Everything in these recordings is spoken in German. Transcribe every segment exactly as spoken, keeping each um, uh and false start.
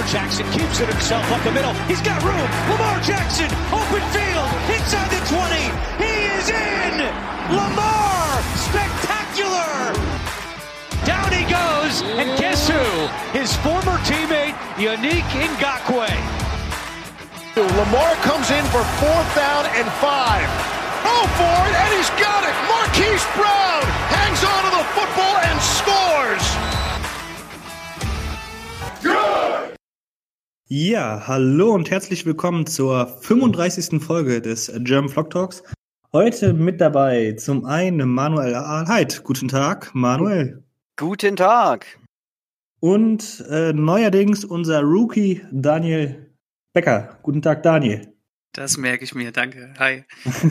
Jackson keeps it himself up the middle. He's got room. Lamar Jackson, open field, inside the twenty. He is in. Lamar, spectacular. Down he goes, and guess who? His former teammate, Yannick Ngakoue. Lamar comes in for fourth down and five. Oh, for it, and he's got it. Marquise Brown hangs on to the football and scores. Good. Ja, hallo und herzlich willkommen zur fünfunddreißigsten Folge des German Flock Talks. Heute mit dabei zum einen Manuel Ahlheit. Guten Tag, Manuel. Guten Tag. Und äh, neuerdings unser Rookie Daniel Becker. Guten Tag, Daniel. Das merke ich mir, danke. Hi.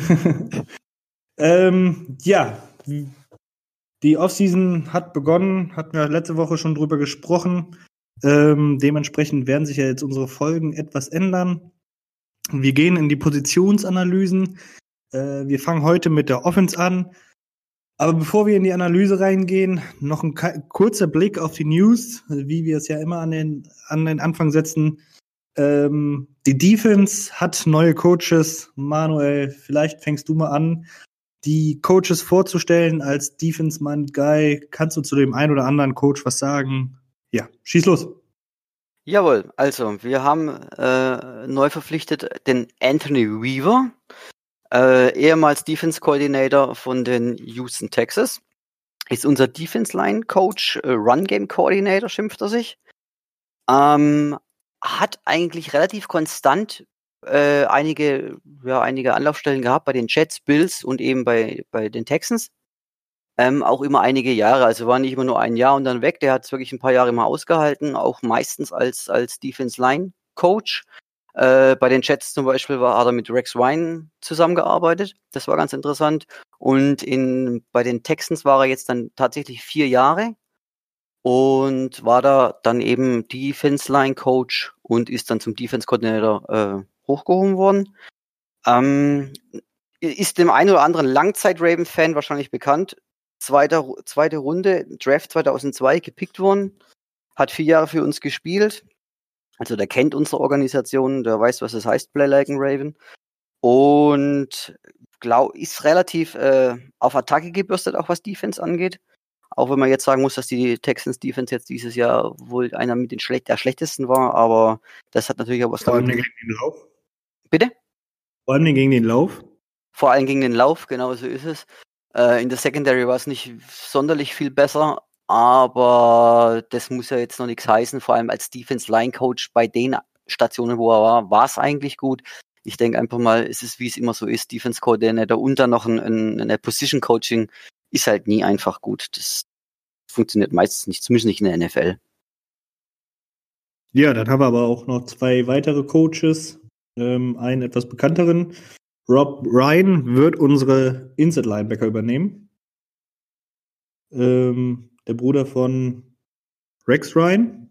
ähm, ja, die Offseason hat begonnen, hatten wir letzte Woche schon drüber gesprochen. Ähm, dementsprechend werden sich ja jetzt unsere Folgen etwas ändern. Wir gehen in die Positionsanalysen. Äh, wir fangen heute mit der Offense an. Aber bevor wir in die Analyse reingehen, noch ein ka- kurzer Blick auf die News, wie wir es ja immer an den, an den Anfang setzen. Ähm, die Defense hat neue Coaches. Manuel, vielleicht fängst du mal an, die Coaches vorzustellen als Defense-Minded Guy. Kannst du zu dem einen oder anderen Coach was sagen? Ja, schieß los. Jawohl, also wir haben äh, neu verpflichtet den Anthony Weaver, äh, ehemals Defense Coordinator von den Houston Texans. Ist unser Defense Line Coach, äh, Run Game Coordinator schimpft er sich. Ähm, hat eigentlich relativ konstant äh, einige, ja, einige Anlaufstellen gehabt bei den Jets, Bills und eben bei, bei den Texans. Ähm, auch immer einige Jahre, also war nicht immer nur ein Jahr und dann weg. Der hat es wirklich ein paar Jahre immer ausgehalten, auch meistens als als Defense Line Coach. Äh, bei den Jets zum Beispiel war, hat er mit Rex Ryan zusammengearbeitet. Das war ganz interessant. Und in bei den Texans war er jetzt dann tatsächlich vier Jahre und war da dann eben Defense Line Coach und ist dann zum Defense Coordinator äh, hochgehoben worden. Ähm, ist dem einen oder anderen Langzeit-Raven-Fan wahrscheinlich bekannt. Zweite, zweite Runde, Draft zweitausendzwei, gepickt worden, hat vier Jahre für uns gespielt, also der kennt unsere Organisation, der weiß, was es heißt, Play Like a Raven, und glaub, ist relativ äh, auf Attacke gebürstet, auch was Defense angeht, auch wenn man jetzt sagen muss, dass die Texans Defense jetzt dieses Jahr wohl einer mit den schlecht, der schlechtesten war, aber das hat natürlich auch was Vor allem damit... gegen den Lauf. Bitte? Vor allem gegen den Lauf. Vor allem gegen den Lauf, genau so ist es. In der Secondary war es nicht sonderlich viel besser, aber das muss ja jetzt noch nichts heißen. Vor allem als Defense-Line-Coach bei den Stationen, wo er war, war es eigentlich gut. Ich denke einfach mal, es ist, wie es immer so ist, Defense-Coordinator und dann noch ein, ein, eine Position-Coaching ist halt nie einfach gut. Das funktioniert meistens nicht, zumindest nicht in der N F L. Ja, dann haben wir aber auch noch zwei weitere Coaches, ähm, einen etwas bekannteren. Rob Ryan wird unsere Inside-Linebacker übernehmen. Ähm, der Bruder von Rex Ryan.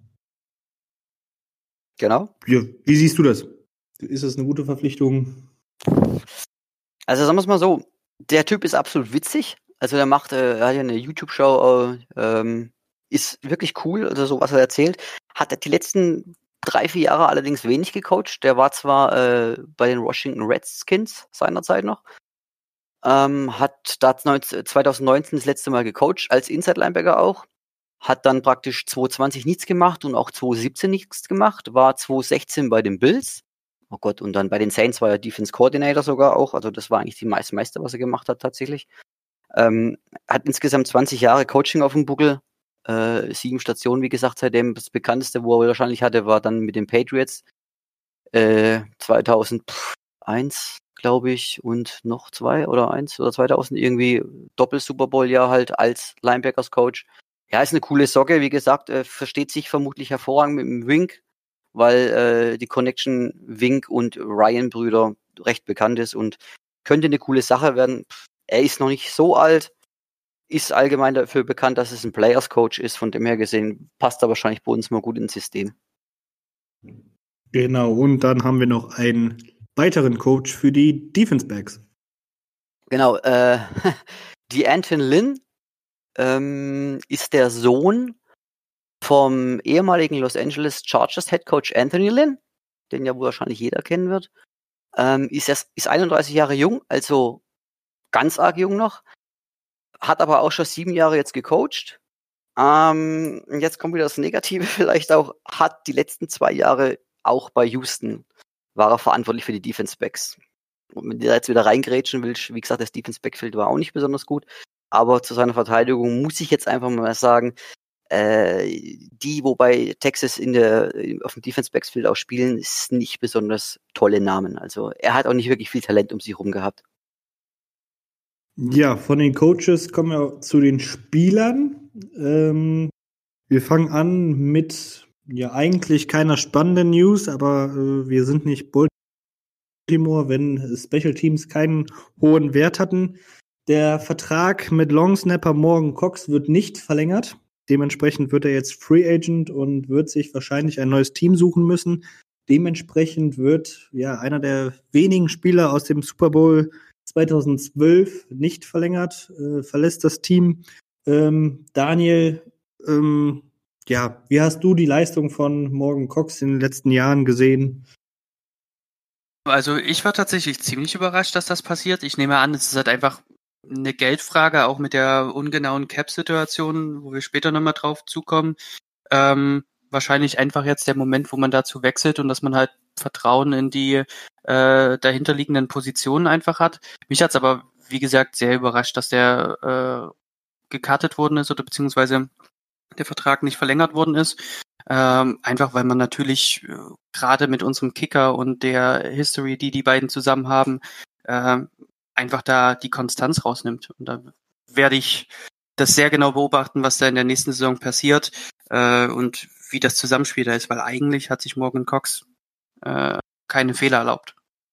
Genau. Ja, wie siehst du das? Ist das eine gute Verpflichtung? Also sagen wir es mal so, der Typ ist absolut witzig. Also der macht, äh, er hat ja eine YouTube-Show, äh, ähm, ist wirklich cool, also so was er erzählt. Hat die letzten drei, vier Jahre allerdings wenig gecoacht. Der war zwar äh, bei den Washington Redskins seinerzeit noch, ähm, hat da zwanzig neunzehn das letzte Mal gecoacht, als Inside-Linebacker auch, hat dann praktisch zwanzig zwanzig nichts gemacht und auch zwanzig siebzehn nichts gemacht, war zwanzig sechzehn bei den Bills, oh Gott, und dann bei den Saints war er Defense Coordinator sogar auch, also das war eigentlich die meiste, meiste was er gemacht hat tatsächlich. Ähm, hat insgesamt zwanzig Jahre Coaching auf dem Buckel, Äh, sieben Stationen, wie gesagt, seitdem. Das bekannteste, wo er wahrscheinlich hatte, war dann mit den Patriots äh, zweitausendeins, glaube ich, und noch zwei oder eins oder zweitausend irgendwie Doppel-Super Bowl-Jahr halt als Linebackers-Coach. Ja, ist eine coole Socke, wie gesagt, äh, versteht sich vermutlich hervorragend mit dem Wink, weil äh, die Connection Wink und Ryan-Brüder recht bekannt ist und könnte eine coole Sache werden. Er ist noch nicht so alt, ist allgemein dafür bekannt, dass es ein Players-Coach ist, von dem her gesehen passt er wahrscheinlich bei uns mal gut ins System. Genau, und dann haben wir noch einen weiteren Coach für die Defense-Backs. Genau, äh, die Anton Lynn ähm, ist der Sohn vom ehemaligen Los Angeles Chargers Head Coach Anthony Lynn, den ja wohl wahrscheinlich jeder kennen wird. Ähm, ist, erst, ist einunddreißig Jahre jung, also ganz arg jung noch. Hat aber auch schon sieben Jahre jetzt gecoacht. Ähm, jetzt kommt wieder das Negative vielleicht auch. Hat die letzten zwei Jahre auch bei Houston, war er verantwortlich für die Defense Backs. Und wenn du da jetzt wieder reingrätschen willst, wie gesagt, das Defense Backfield war auch nicht besonders gut. Aber zu seiner Verteidigung muss ich jetzt einfach mal sagen, äh, die, wobei Texas in der, auf dem Defense Backfield auch spielen, ist nicht besonders tolle Namen. Also er hat auch nicht wirklich viel Talent um sich rum gehabt. Ja, von den Coaches kommen wir zu den Spielern. Ähm, wir fangen an mit ja eigentlich keiner spannenden News, aber äh, wir sind nicht Baltimore, wenn Special Teams keinen hohen Wert hatten. Der Vertrag mit Longsnapper Morgan Cox wird nicht verlängert. Dementsprechend wird er jetzt Free Agent und wird sich wahrscheinlich ein neues Team suchen müssen. Dementsprechend wird ja einer der wenigen Spieler aus dem Super Bowl zweitausendzwölf nicht verlängert, äh, verlässt das Team. Ähm, Daniel, ähm, ja, wie hast du die Leistung von Morgan Cox in den letzten Jahren gesehen? Also ich war tatsächlich ziemlich überrascht, dass das passiert. Ich nehme an, es ist halt einfach eine Geldfrage, auch mit der ungenauen Cap-Situation, wo wir später nochmal drauf zukommen. Ähm, wahrscheinlich einfach jetzt der Moment, wo man dazu wechselt und dass man halt Vertrauen in die äh, dahinterliegenden Positionen einfach hat. Mich hat's aber, wie gesagt, sehr überrascht, dass der äh, gekartet worden ist oder beziehungsweise der Vertrag nicht verlängert worden ist. Ähm, einfach weil man natürlich äh, gerade mit unserem Kicker und der History, die die beiden zusammen haben, äh, einfach da die Konstanz rausnimmt. Und da werde ich das sehr genau beobachten, was da in der nächsten Saison passiert äh, und wie das Zusammenspiel da ist, weil eigentlich hat sich Morgan Cox äh, keine Fehler erlaubt.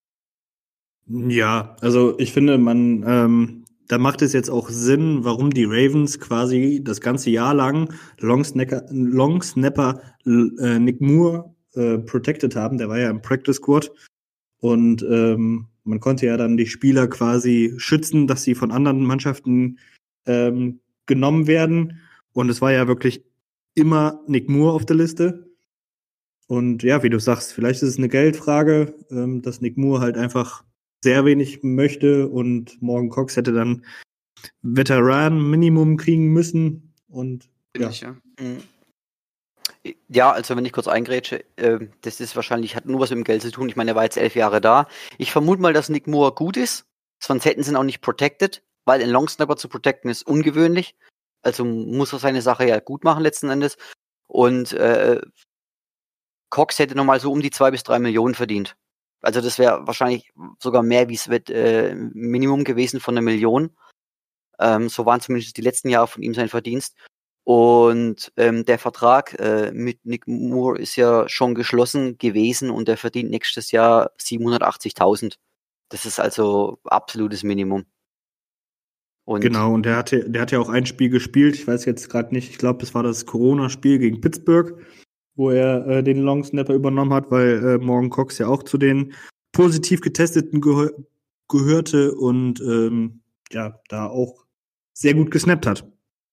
Ja, also ich finde, man ähm, da macht es jetzt auch Sinn, warum die Ravens quasi das ganze Jahr lang Longsnapper, Longsnapper äh, Nick Moore äh, protected haben. Der war ja im Practice Squad und ähm, man konnte ja dann die Spieler quasi schützen, dass sie von anderen Mannschaften ähm, genommen werden. Und es war ja wirklich immer Nick Moore auf der Liste. Und ja, wie du sagst, vielleicht ist es eine Geldfrage, ähm, dass Nick Moore halt einfach sehr wenig möchte und Morgan Cox hätte dann Veteran-Minimum kriegen müssen. Und ja. Ich, ja. Ja, also wenn ich kurz eingrätsche, äh, das ist wahrscheinlich, hat nur was mit dem Geld zu tun. Ich meine, er war jetzt elf Jahre da. Ich vermute mal, dass Nick Moore gut ist, sonst hätten sie ihn auch nicht protected, weil ein Longsnapper zu protecten ist ungewöhnlich. Also muss er seine Sache ja gut machen letzten Endes. Und äh, Cox hätte nochmal so um die zwei bis drei Millionen verdient. Also das wäre wahrscheinlich sogar mehr wie es wird, äh, Minimum gewesen von einer Million. Ähm, so waren zumindest die letzten Jahre von ihm sein Verdienst. Und ähm, der Vertrag äh, mit Nick Moore ist ja schon geschlossen gewesen und er verdient nächstes Jahr siebenhundertachtzigtausend. Das ist also absolutes Minimum. Und genau, und der hatte, der hat ja auch ein Spiel gespielt, ich weiß jetzt gerade nicht, ich glaube, das war das Corona-Spiel gegen Pittsburgh, wo er äh, den Longsnapper übernommen hat, weil äh, Morgan Cox ja auch zu den positiv getesteten gehör- gehörte und ähm, ja, da auch sehr gut gesnappt hat.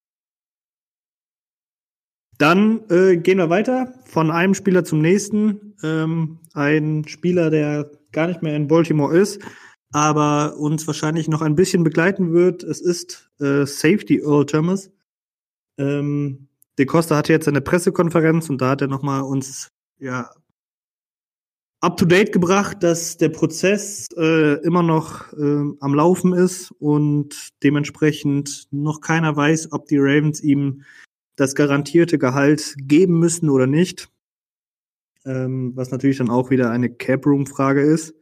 Dann äh, gehen wir weiter von einem Spieler zum nächsten. Ähm, ein Spieler, der gar nicht mehr in Baltimore ist, aber uns wahrscheinlich noch ein bisschen begleiten wird. Es ist äh, Safety Earl Thomas. Ähm, De Costa hatte jetzt eine Pressekonferenz und da hat er nochmal uns ja up to date gebracht, dass der Prozess äh, immer noch äh, am Laufen ist und dementsprechend noch keiner weiß, ob die Ravens ihm das garantierte Gehalt geben müssen oder nicht. Ähm, was natürlich dann auch wieder eine Cap-Room-Frage ist.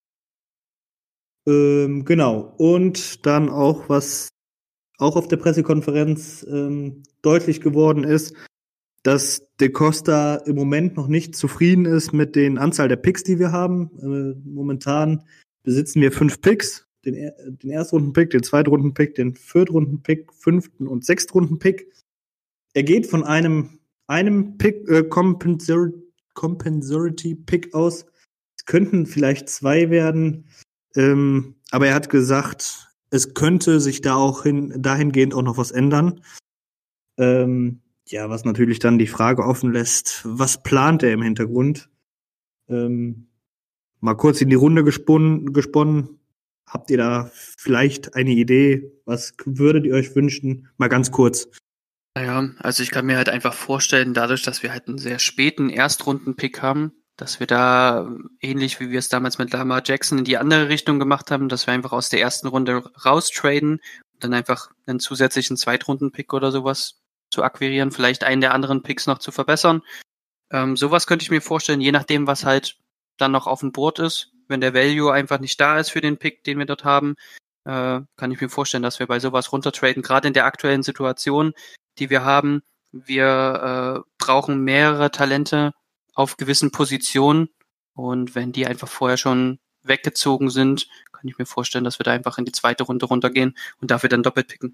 Ähm, genau. Und dann auch, was auch auf der Pressekonferenz ähm, deutlich geworden ist, dass De Costa im Moment noch nicht zufrieden ist mit den Anzahl der Picks, die wir haben. Äh, momentan besitzen wir fünf Picks. Den, den Erstrunden-Pick, den Zweitrunden-Pick, den Viertrunden-Pick, Fünften- und Sechstrunden-Pick. Er geht von einem, einem Pick, äh, Compensor- Compensatory-Pick aus. Es könnten vielleicht zwei werden, ähm, aber er hat gesagt, es könnte sich da auch hin, dahingehend auch noch was ändern. Ähm, Ja, was natürlich dann die Frage offen lässt, was plant er im Hintergrund? Ähm, mal kurz in die Runde gesponnen, gesponnen. Habt ihr da vielleicht eine Idee? Was würdet ihr euch wünschen? Mal ganz kurz. Naja, also ich kann mir halt einfach vorstellen, dadurch, dass wir halt einen sehr späten Erstrunden-Pick haben, dass wir da, ähnlich wie wir es damals mit Lamar Jackson in die andere Richtung gemacht haben, dass wir einfach aus der ersten Runde raustraden und dann einfach einen zusätzlichen Zweitrunden-Pick oder sowas zu akquirieren, vielleicht einen der anderen Picks noch zu verbessern. Ähm, sowas könnte ich mir vorstellen, je nachdem, was halt dann noch auf dem Board ist. Wenn der Value einfach nicht da ist für den Pick, den wir dort haben, äh, kann ich mir vorstellen, dass wir bei sowas runtertraden, gerade in der aktuellen Situation, die wir haben. Wir äh, brauchen mehrere Talente auf gewissen Positionen und wenn die einfach vorher schon weggezogen sind, kann ich mir vorstellen, dass wir da einfach in die zweite Runde runtergehen und dafür dann doppelt picken.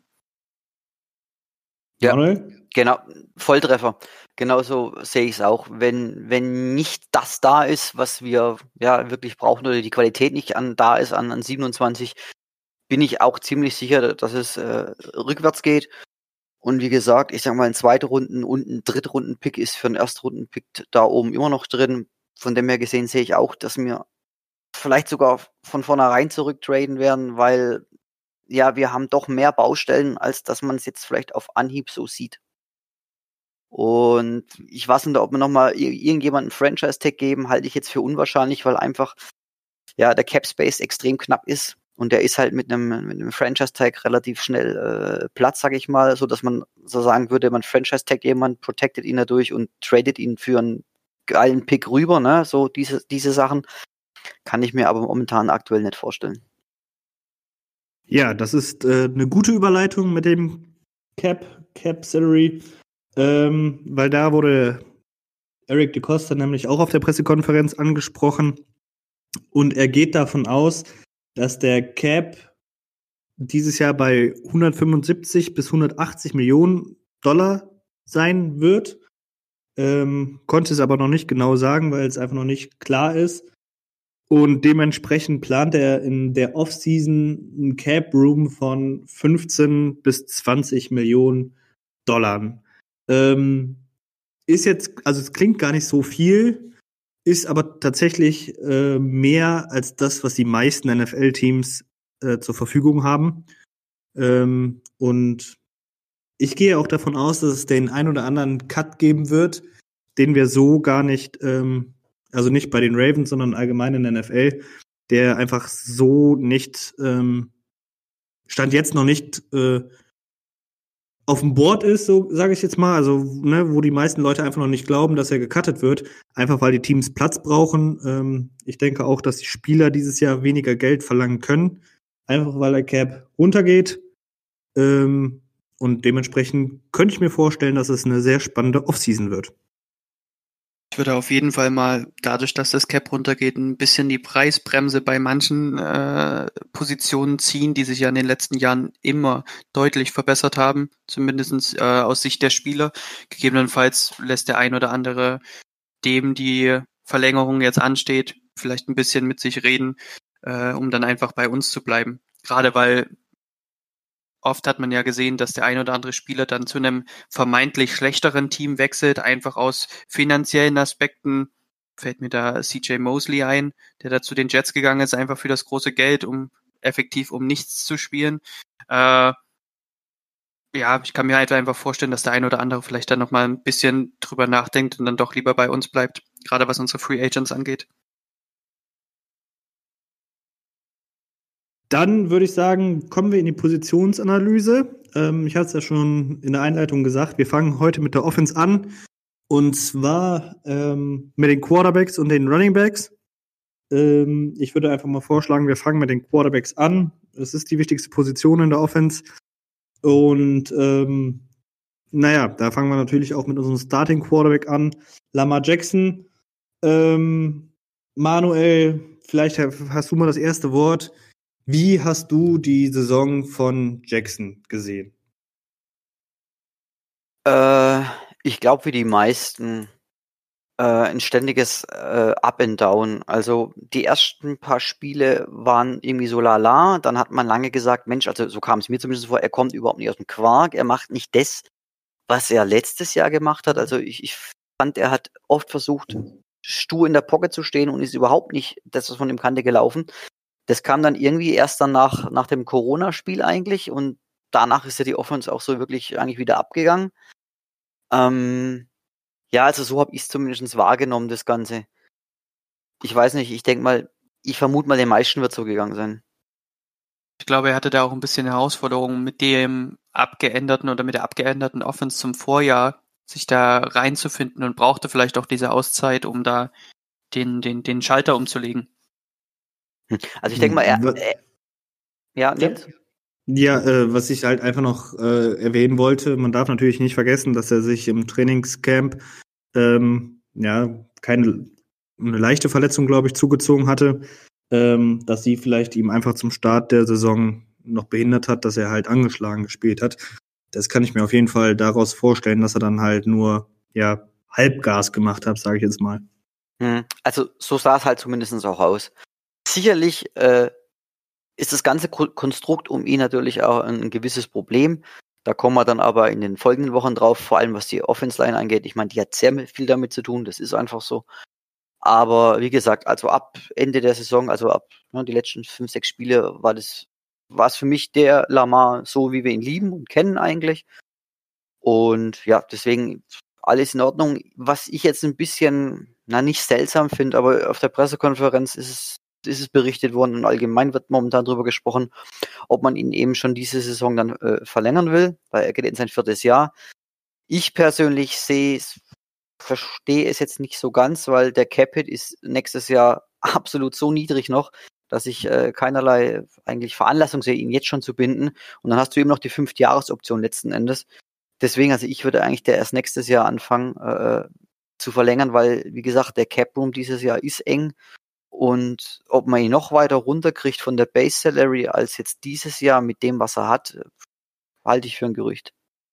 Ja, Manuel? genau, Volltreffer. Genauso sehe ich es auch. Wenn, wenn nicht das da ist, was wir ja wirklich brauchen oder die Qualität nicht an da ist an, an siebenundzwanzig, bin ich auch ziemlich sicher, dass es äh, rückwärts geht. Und wie gesagt, ich sag mal, ein zweiter Runden- und ein Drittrunden-Pick ist für einen Erstrunden-Pick da oben immer noch drin. Von dem her gesehen sehe ich auch, dass wir vielleicht sogar von vornherein zurücktraden werden, weil ja, wir haben doch mehr Baustellen, als dass man es jetzt vielleicht auf Anhieb so sieht. Und ich weiß nicht, ob wir nochmal irgendjemanden Franchise-Tag geben, halte ich jetzt für unwahrscheinlich, weil einfach ja der Cap-Space extrem knapp ist. Und der ist halt mit einem, mit einem Franchise-Tag relativ schnell äh, Platz, sag ich mal, so dass man so sagen würde, man Franchise-Tag jemand, protected ihn dadurch und tradet ihn für einen geilen Pick rüber, ne? So diese, diese Sachen kann ich mir aber momentan aktuell nicht vorstellen. Ja, das ist äh, eine gute Überleitung mit dem Cap, Cap Salary, ähm, weil da wurde Eric DeCosta nämlich auch auf der Pressekonferenz angesprochen und er geht davon aus, dass der Cap dieses Jahr bei hundertfünfundsiebzig bis hundertachtzig Millionen Dollar sein wird. Ähm, konnte es aber noch nicht genau sagen, weil es einfach noch nicht klar ist. Und dementsprechend plant er in der Offseason ein Cap Room von fünfzehn bis zwanzig Millionen Dollar. Ähm, ist jetzt, also es klingt gar nicht so viel, ist aber tatsächlich äh, mehr als das, was die meisten N F L-Teams äh, zur Verfügung haben. Ähm, und ich gehe auch davon aus, dass es den ein oder anderen Cut geben wird, den wir so gar nicht, ähm, also nicht bei den Ravens, sondern allgemein in der N F L, der einfach so nicht, ähm, Stand jetzt noch nicht äh, auf dem Board ist, so sage ich jetzt mal, also ne, wo die meisten Leute einfach noch nicht glauben, dass er gecuttet wird, einfach weil die Teams Platz brauchen. Ähm, ich denke auch, dass die Spieler dieses Jahr weniger Geld verlangen können, einfach weil der Cap runtergeht. Ähm, und dementsprechend könnte ich mir vorstellen, dass es eine sehr spannende Offseason wird. Ich würde auf jeden Fall mal, dadurch, dass das Cap runtergeht, ein bisschen die Preisbremse bei manchen äh, Positionen ziehen, die sich ja in den letzten Jahren immer deutlich verbessert haben, zumindest äh, aus Sicht der Spieler. Gegebenenfalls lässt der ein oder andere, dem die Verlängerung jetzt ansteht, vielleicht ein bisschen mit sich reden, äh, um dann einfach bei uns zu bleiben. Gerade weil oft hat man ja gesehen, dass der ein oder andere Spieler dann zu einem vermeintlich schlechteren Team wechselt, einfach aus finanziellen Aspekten. Fällt mir da C J Mosley ein, der da zu den Jets gegangen ist, einfach für das große Geld, um effektiv um nichts zu spielen. Äh, ja, ich kann mir halt einfach vorstellen, dass der ein oder andere vielleicht dann nochmal ein bisschen drüber nachdenkt und dann doch lieber bei uns bleibt, gerade was unsere Free Agents angeht. Dann würde ich sagen, kommen wir in die Positionsanalyse. Ähm, ich hatte es ja schon in der Einleitung gesagt, wir fangen heute mit der Offense an. Und zwar ähm, mit den Quarterbacks und den Runningbacks. Ähm, ich würde einfach mal vorschlagen, wir fangen mit den Quarterbacks an. Das ist die wichtigste Position in der Offense. Und ähm, naja, da fangen wir natürlich auch mit unserem Starting Quarterback an. Lamar Jackson. Ähm, Manuel, vielleicht hast du mal das erste Wort. Wie hast du die Saison von Jackson gesehen? Äh, ich glaube, wie die meisten äh, ein ständiges äh, Up and Down. Also die ersten paar Spiele waren irgendwie so lala. Dann hat man lange gesagt, Mensch, also so kam es mir zumindest vor, er kommt überhaupt nicht aus dem Quark. Er macht nicht das, was er letztes Jahr gemacht hat. Also ich, ich fand, er hat oft versucht, stur in der Pocket zu stehen und ist überhaupt nicht das, was von ihm kannte, gelaufen. Das kam dann irgendwie erst dann nach, nach dem Corona-Spiel eigentlich und danach ist ja die Offense auch so wirklich eigentlich wieder abgegangen. Ähm, ja, also so habe ich es zumindest wahrgenommen, das Ganze. Ich weiß nicht, ich denke mal, ich vermute mal, den meisten wird so gegangen sein. Ich glaube, er hatte da auch ein bisschen Herausforderungen mit dem abgeänderten oder mit der abgeänderten Offense zum Vorjahr, sich da reinzufinden und brauchte vielleicht auch diese Auszeit, um da den, den, den Schalter umzulegen. Also ich denke mal, er, er ja, Nils? Ja, äh, was ich halt einfach noch äh, erwähnen wollte, man darf natürlich nicht vergessen, dass er sich im Trainingscamp ähm, ja keine eine leichte Verletzung, glaube ich, zugezogen hatte, ähm, dass sie vielleicht ihm einfach zum Start der Saison noch behindert hat, dass er halt angeschlagen gespielt hat. Das kann ich mir auf jeden Fall daraus vorstellen, dass er dann halt nur ja Halbgas gemacht hat, sage ich jetzt mal. Also so sah es halt zumindest auch aus. Sicherlich äh, ist das ganze Konstrukt um ihn natürlich auch ein, ein gewisses Problem. Da kommen wir dann aber in den folgenden Wochen drauf, vor allem was die Offense-Line angeht. Ich meine, die hat sehr viel damit zu tun, das ist einfach so. Aber wie gesagt, also ab Ende der Saison, also ab ne, die letzten fünf, sechs Spiele, war das war es für mich der Lamar, so wie wir ihn lieben und kennen eigentlich. Und ja, deswegen alles in Ordnung. Was ich jetzt ein bisschen, na nicht seltsam finde, aber auf der Pressekonferenz ist es, ist es berichtet worden und allgemein wird momentan darüber gesprochen, ob man ihn eben schon diese Saison dann äh, verlängern will, weil er geht in sein viertes Jahr. Ich persönlich sehe es, verstehe es jetzt nicht so ganz, weil der Cap-Hit ist nächstes Jahr absolut so niedrig noch, dass ich äh, keinerlei eigentlich Veranlassung sehe, ihn jetzt schon zu binden. Und dann hast du eben noch die Fünf-Jahres-Option letzten Endes. Deswegen, also ich würde eigentlich der erst nächstes Jahr anfangen äh, zu verlängern, weil, wie gesagt, der Cap-Room dieses Jahr ist eng. Und ob man ihn noch weiter runterkriegt von der Base-Salary als jetzt dieses Jahr mit dem, was er hat, halte ich für ein Gerücht.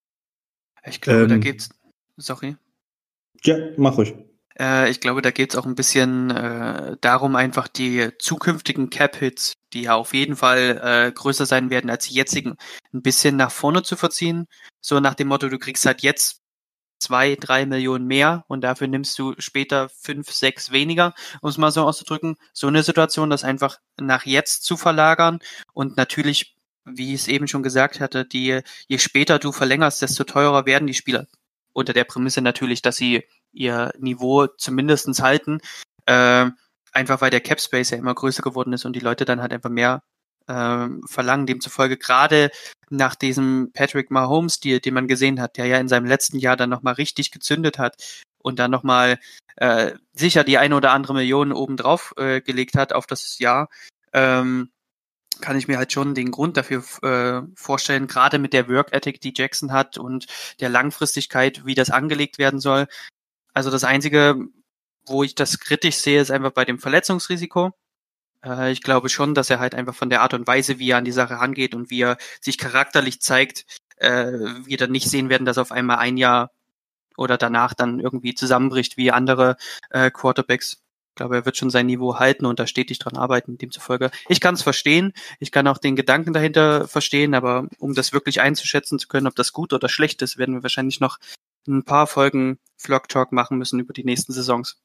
Ich glaube, Ähm, da geht's... Sorry. Ja, mach ruhig. Äh, ich glaube, da geht's auch ein bisschen äh, darum, einfach die zukünftigen Cap-Hits, die ja auf jeden Fall äh, größer sein werden als die jetzigen, ein bisschen nach vorne zu verziehen. So nach dem Motto, du kriegst halt jetzt zwei, drei Millionen mehr und dafür nimmst du später fünf, sechs weniger, um es mal so auszudrücken. So eine Situation, das einfach nach jetzt zu verlagern und natürlich, wie ich es eben schon gesagt hatte, die, je später du verlängerst, desto teurer werden die Spieler. Unter der Prämisse natürlich, dass sie ihr Niveau zumindestens halten, äh, einfach weil der Cap Space ja immer größer geworden ist und die Leute dann halt einfach mehr äh, verlangen. Demzufolge gerade nach diesem Patrick Mahomes Deal, den man gesehen hat, der ja in seinem letzten Jahr dann nochmal richtig gezündet hat und dann nochmal äh, sicher die eine oder andere Million obendrauf äh, gelegt hat auf das Jahr, ähm, kann ich mir halt schon den Grund dafür äh, vorstellen, gerade mit der Work Ethic, die Jackson hat und der Langfristigkeit, wie das angelegt werden soll. Also das Einzige, wo ich das kritisch sehe, ist einfach bei dem Verletzungsrisiko. Äh, ich glaube schon, dass er halt einfach von der Art und Weise, wie er an die Sache rangeht und wie er sich charakterlich zeigt, äh, wir dann nicht sehen werden, dass auf einmal ein Jahr oder danach dann irgendwie zusammenbricht wie andere äh, Quarterbacks. Ich glaube, er wird schon sein Niveau halten und da stetig dran arbeiten, demzufolge. Ich kann es verstehen, ich kann auch den Gedanken dahinter verstehen, aber um das wirklich einzuschätzen zu können, ob das gut oder schlecht ist, werden wir wahrscheinlich noch ein paar Folgen Flock Talk machen müssen über die nächsten Saisons.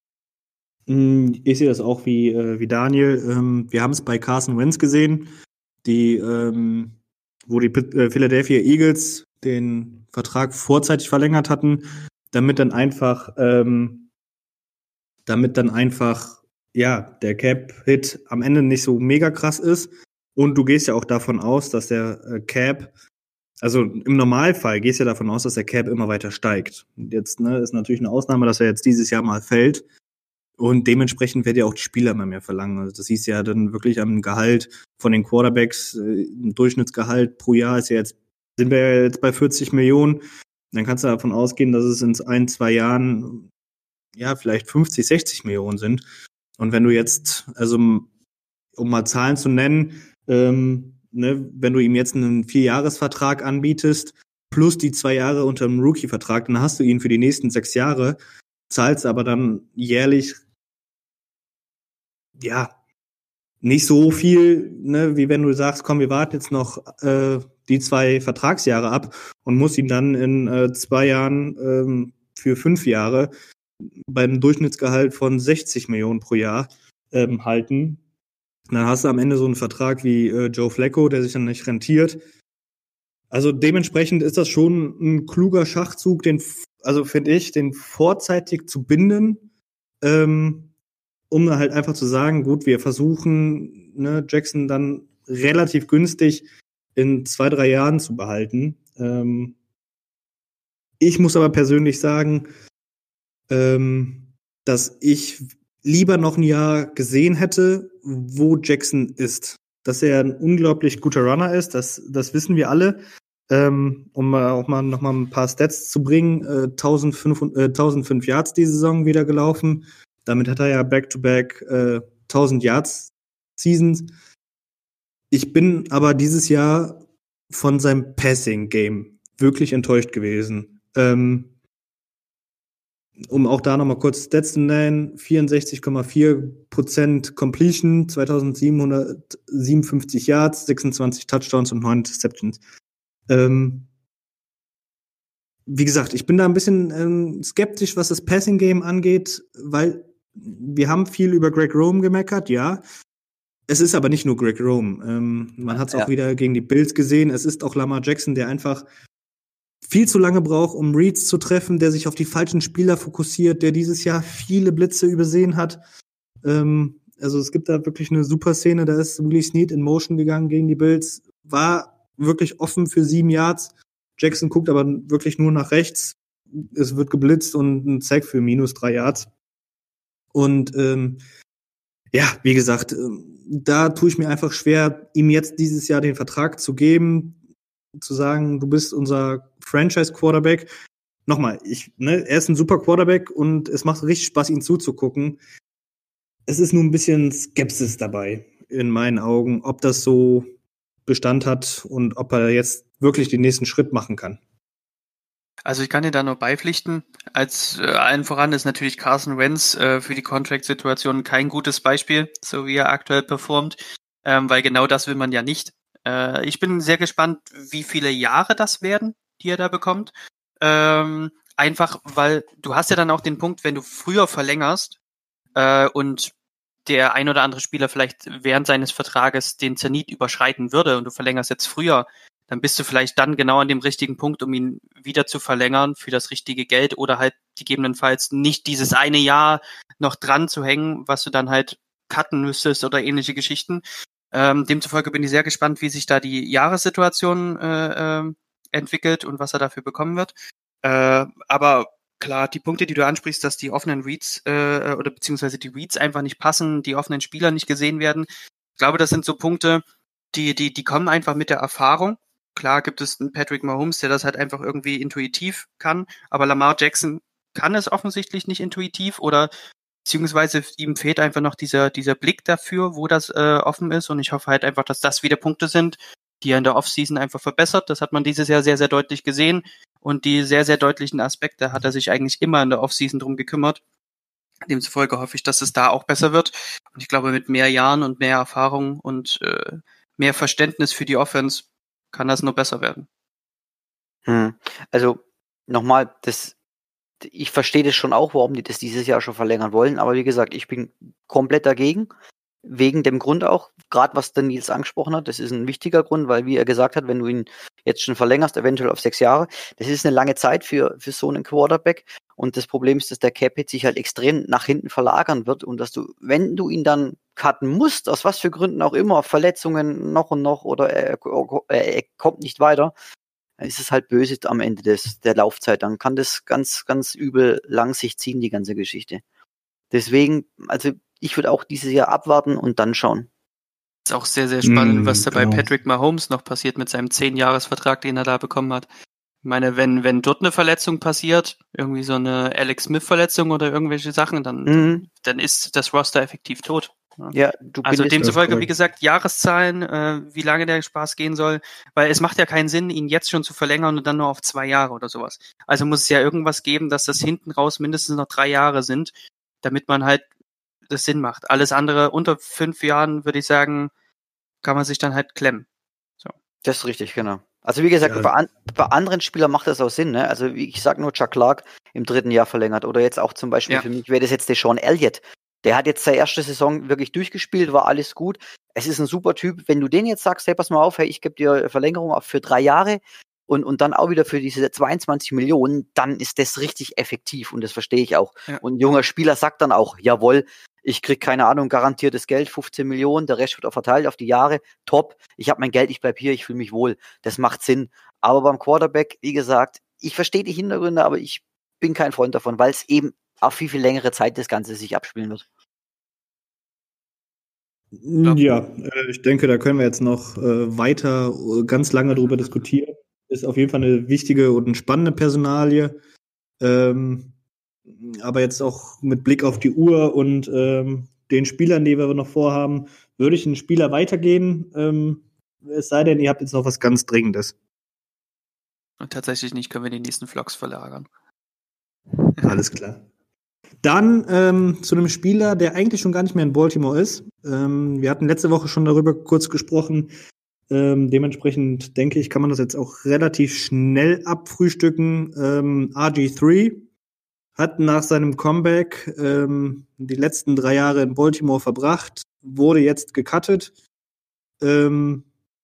Ich sehe das auch wie, äh, wie Daniel. Ähm, wir haben es bei Carson Wentz gesehen, die, ähm, wo die äh, Philadelphia Eagles den Vertrag vorzeitig verlängert hatten, damit dann einfach ähm, damit dann einfach ja der Cap-Hit am Ende nicht so mega krass ist. Und du gehst ja auch davon aus, dass der äh, Cap, also im Normalfall gehst du ja davon aus, dass der Cap immer weiter steigt. Und jetzt ne, ist natürlich eine Ausnahme, dass er jetzt dieses Jahr mal fällt. Und dementsprechend werden ja auch die Spieler immer mehr verlangen. Also das hieß ja dann wirklich am Gehalt von den Quarterbacks, äh, im Durchschnittsgehalt pro Jahr ist ja jetzt, sind wir ja jetzt bei vierzig Millionen. Dann kannst du davon ausgehen, dass es in ein, zwei Jahren ja vielleicht fünfzig, sechzig Millionen sind. Und wenn du jetzt, also um mal Zahlen zu nennen, ähm, ne, wenn du ihm jetzt einen Vierjahresvertrag anbietest, plus die zwei Jahre unter dem Rookie-Vertrag, dann hast du ihn für die nächsten sechs Jahre, zahlst aber dann jährlich ja nicht so viel, ne, wie wenn du sagst, komm, wir warten jetzt noch äh, die zwei Vertragsjahre ab und muss ihn dann in äh, zwei Jahren ähm, für fünf Jahre beim Durchschnittsgehalt von sechzig Millionen pro Jahr ähm, halten. Dann hast du am Ende so einen Vertrag wie äh, Joe Flacco, der sich dann nicht rentiert. Also dementsprechend ist das schon ein kluger Schachzug, den, also finde ich, den vorzeitig zu binden, ähm, um halt einfach zu sagen, gut, wir versuchen, ne, Jackson dann relativ günstig in zwei, drei Jahren zu behalten. Ähm, ich muss aber persönlich sagen, ähm, dass ich lieber noch ein Jahr gesehen hätte, wo Jackson ist. Dass er ein unglaublich guter Runner ist, das, das wissen wir alle. Ähm, um mal auch mal noch mal ein paar Stats zu bringen, äh, eintausendfünfhundert, äh, eintausendfünf Yards die Saison wieder gelaufen. Damit hat er ja Back-to-Back äh, tausend Yards Seasons. Ich bin aber dieses Jahr von seinem Passing-Game wirklich enttäuscht gewesen. Ähm, um auch da nochmal kurz Stats zu nennen, vierundsechzig Komma vier Prozent Completion, zweitausendsiebenhundertsiebenundfünfzig Yards, sechsundzwanzig Touchdowns und neun Interceptions. Ähm, wie gesagt, ich bin da ein bisschen ähm, skeptisch, was das Passing-Game angeht, weil wir haben viel über Greg Rome gemeckert, ja. Es ist aber nicht nur Greg Rome. Ähm, man hat es auch Ja. wieder gegen die Bills gesehen. Es ist auch Lamar Jackson, der einfach viel zu lange braucht, um Reads zu treffen, der sich auf die falschen Spieler fokussiert, der dieses Jahr viele Blitze übersehen hat. Ähm, also es gibt da wirklich eine super Szene, da ist Willie Snead in Motion gegangen gegen die Bills, war wirklich offen für sieben Yards. Jackson guckt aber wirklich nur nach rechts. Es wird geblitzt und ein Sack für minus drei Yards. Und ähm, ja, wie gesagt, ähm, da tue ich mir einfach schwer, ihm jetzt dieses Jahr den Vertrag zu geben, zu sagen, du bist unser Franchise-Quarterback. Nochmal, ich, ne, er ist ein super Quarterback und es macht richtig Spaß, ihm zuzugucken. Es ist nur ein bisschen Skepsis dabei, in meinen Augen, ob das so Bestand hat und ob er jetzt wirklich den nächsten Schritt machen kann. Also ich kann dir da nur beipflichten. Als äh, allen voran ist natürlich Carson Wentz äh, für die Contract-Situation kein gutes Beispiel, so wie er aktuell performt, ähm, weil genau das will man ja nicht. Äh, ich bin sehr gespannt, wie viele Jahre das werden, die er da bekommt. Ähm, einfach, weil du hast ja dann auch den Punkt, wenn du früher verlängerst äh, und der ein oder andere Spieler vielleicht während seines Vertrages den Zenit überschreiten würde und du verlängerst jetzt früher, dann bist du vielleicht dann genau an dem richtigen Punkt, um ihn wieder zu verlängern für das richtige Geld oder halt gegebenenfalls nicht dieses eine Jahr noch dran zu hängen, was du dann halt cutten müsstest oder ähnliche Geschichten. Ähm, demzufolge bin ich sehr gespannt, wie sich da die Jahressituation äh, äh, entwickelt und was er dafür bekommen wird. Äh, aber klar, die Punkte, die du ansprichst, dass die offenen Reads äh, oder beziehungsweise die Reads einfach nicht passen, die offenen Spieler nicht gesehen werden. Ich glaube, das sind so Punkte, die, die, die kommen einfach mit der Erfahrung. Klar gibt es einen Patrick Mahomes, der das halt einfach irgendwie intuitiv kann, aber Lamar Jackson kann es offensichtlich nicht intuitiv oder beziehungsweise ihm fehlt einfach noch dieser, dieser Blick dafür, wo das äh, offen ist und ich hoffe halt einfach, dass das wieder Punkte sind, die er in der Offseason einfach verbessert. Das hat man dieses Jahr sehr, sehr deutlich gesehen und die sehr, sehr deutlichen Aspekte hat er sich eigentlich immer in der Offseason drum gekümmert. Demzufolge hoffe ich, dass es da auch besser wird und ich glaube, mit mehr Jahren und mehr Erfahrung und äh, mehr Verständnis für die Offense kann das nur besser werden. Hm. Also nochmal, das, ich verstehe das schon auch, warum die das dieses Jahr schon verlängern wollen, aber wie gesagt, ich bin komplett dagegen, wegen dem Grund auch, gerade was der Nils angesprochen hat, das ist ein wichtiger Grund, weil wie er gesagt hat, wenn du ihn jetzt schon verlängerst, eventuell auf sechs Jahre, das ist eine lange Zeit für, für so einen Quarterback und das Problem ist, dass der Cap-Hit sich halt extrem nach hinten verlagern wird und dass du, wenn du ihn dann cutten musst, aus was für Gründen auch immer, Verletzungen noch und noch oder er, er, er kommt nicht weiter, dann ist es halt böse am Ende des, der Laufzeit. Dann kann das ganz, ganz übel lang sich ziehen, die ganze Geschichte. Deswegen, also ich würde auch dieses Jahr abwarten und dann schauen. Ist auch sehr, sehr spannend, Mm, was da genau. bei Patrick Mahomes noch passiert mit seinem zehn-Jahres-Vertrag, den er da bekommen hat. Ich meine, wenn, wenn dort eine Verletzung passiert, irgendwie so eine Alex Smith-Verletzung oder irgendwelche Sachen, dann, Mhm. dann, dann ist das Roster effektiv tot. Ja, du Also bindest demzufolge, korrekt. wie gesagt, Jahreszahlen, äh, wie lange der Spaß gehen soll, weil es macht ja keinen Sinn, ihn jetzt schon zu verlängern und dann nur auf zwei Jahre oder sowas. Also muss es ja irgendwas geben, dass das hinten raus mindestens noch drei Jahre sind, damit man halt das Sinn macht. Alles andere unter fünf Jahren, würde ich sagen, kann man sich dann halt klemmen. Das ist richtig, genau. Also wie gesagt, Ja. bei, an, bei anderen Spielern macht das auch Sinn. Ne? Also wie ich sag nur, Chuck Clark im dritten Jahr verlängert. Oder jetzt auch zum Beispiel Ja. für mich wäre das jetzt der Sean Elliott. Der hat jetzt seine erste Saison wirklich durchgespielt, war alles gut. Es ist ein super Typ. Wenn du den jetzt sagst, hey, pass mal auf, hey, ich gebe dir Verlängerung auf für drei Jahre und, und dann auch wieder für diese zweiundzwanzig Millionen, dann ist das richtig effektiv und das verstehe ich auch. Ja. Und ein junger Spieler sagt dann auch, jawohl, ich krieg, keine Ahnung, garantiertes Geld, fünfzehn Millionen, der Rest wird auch verteilt auf die Jahre, top, ich habe mein Geld, ich bleib hier, ich fühle mich wohl. Das macht Sinn. Aber beim Quarterback, wie gesagt, ich verstehe die Hintergründe, aber ich bin kein Freund davon, weil es eben auf viel, viel längere Zeit das Ganze sich abspielen wird. Ja, äh, ich denke, da können wir jetzt noch äh, weiter äh, ganz lange drüber diskutieren. Ist auf jeden Fall eine wichtige und spannende Personalie. Ähm, aber jetzt auch mit Blick auf die Uhr und ähm, den Spielern, die wir noch vorhaben, würde ich einen Spieler weitergehen. Ähm, es sei denn, ihr habt jetzt noch was ganz Dringendes. Und tatsächlich nicht, können wir die nächsten Vlogs verlagern. Alles klar. Dann ähm, zu einem Spieler, der eigentlich schon gar nicht mehr in Baltimore ist. Ähm, wir hatten letzte Woche schon darüber kurz gesprochen. Ähm, dementsprechend denke ich, kann man das jetzt auch relativ schnell abfrühstücken. Ähm, R G drei hat nach seinem Comeback ähm, die letzten drei Jahre in Baltimore verbracht, wurde jetzt gecuttet. Ähm,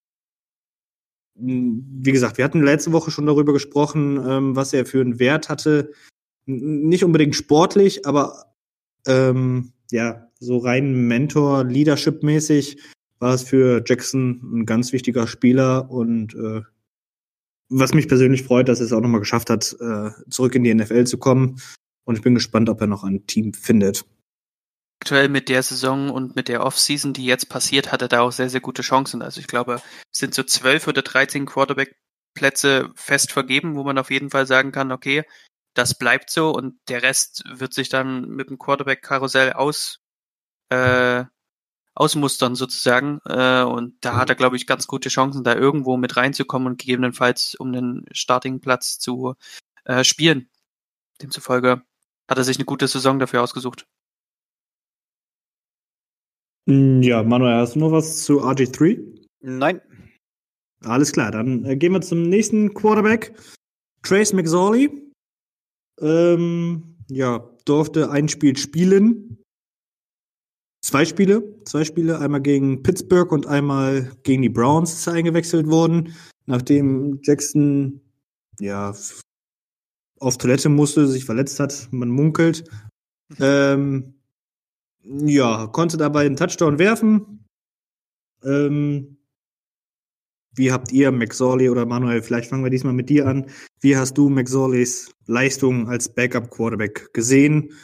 wie gesagt, wir hatten letzte Woche schon darüber gesprochen, ähm, was er für einen Wert hatte. Nicht unbedingt sportlich, aber ähm, ja, so rein Mentor-Leadership-mäßig war es für Jackson ein ganz wichtiger Spieler und äh, was mich persönlich freut, dass er es auch nochmal geschafft hat, äh, zurück in die N F L zu kommen. Und ich bin gespannt, ob er noch ein Team findet. Aktuell mit der Saison und mit der Offseason, die jetzt passiert, hat er da auch sehr, sehr gute Chancen. Also ich glaube, es sind so zwölf oder dreizehn Quarterback-Plätze fest vergeben, wo man auf jeden Fall sagen kann, okay, das bleibt so und der Rest wird sich dann mit dem Quarterback-Karussell aus, äh, ausmustern sozusagen. Äh, und da hat er, glaube ich, ganz gute Chancen, da irgendwo mit reinzukommen und gegebenenfalls um einen Startingplatz zu äh, spielen. Demzufolge hat er sich eine gute Saison dafür ausgesucht. Ja, Manuel, hast du noch was zu R G drei? Nein. Alles klar, dann äh, gehen wir zum nächsten Quarterback. Trace McSorley. Ähm, ja, durfte ein Spiel spielen. Zwei Spiele. Zwei Spiele. Einmal gegen Pittsburgh und einmal gegen die Browns ist er eingewechselt worden. Nachdem Jackson ja auf Toilette musste, sich verletzt hat, man munkelt. Ähm, ja, konnte dabei einen Touchdown werfen. Ähm, wie habt ihr McSorley oder Manuel, vielleicht fangen wir diesmal mit dir an. Wie hast du McSorleys Leistung als Backup-Quarterback gesehen?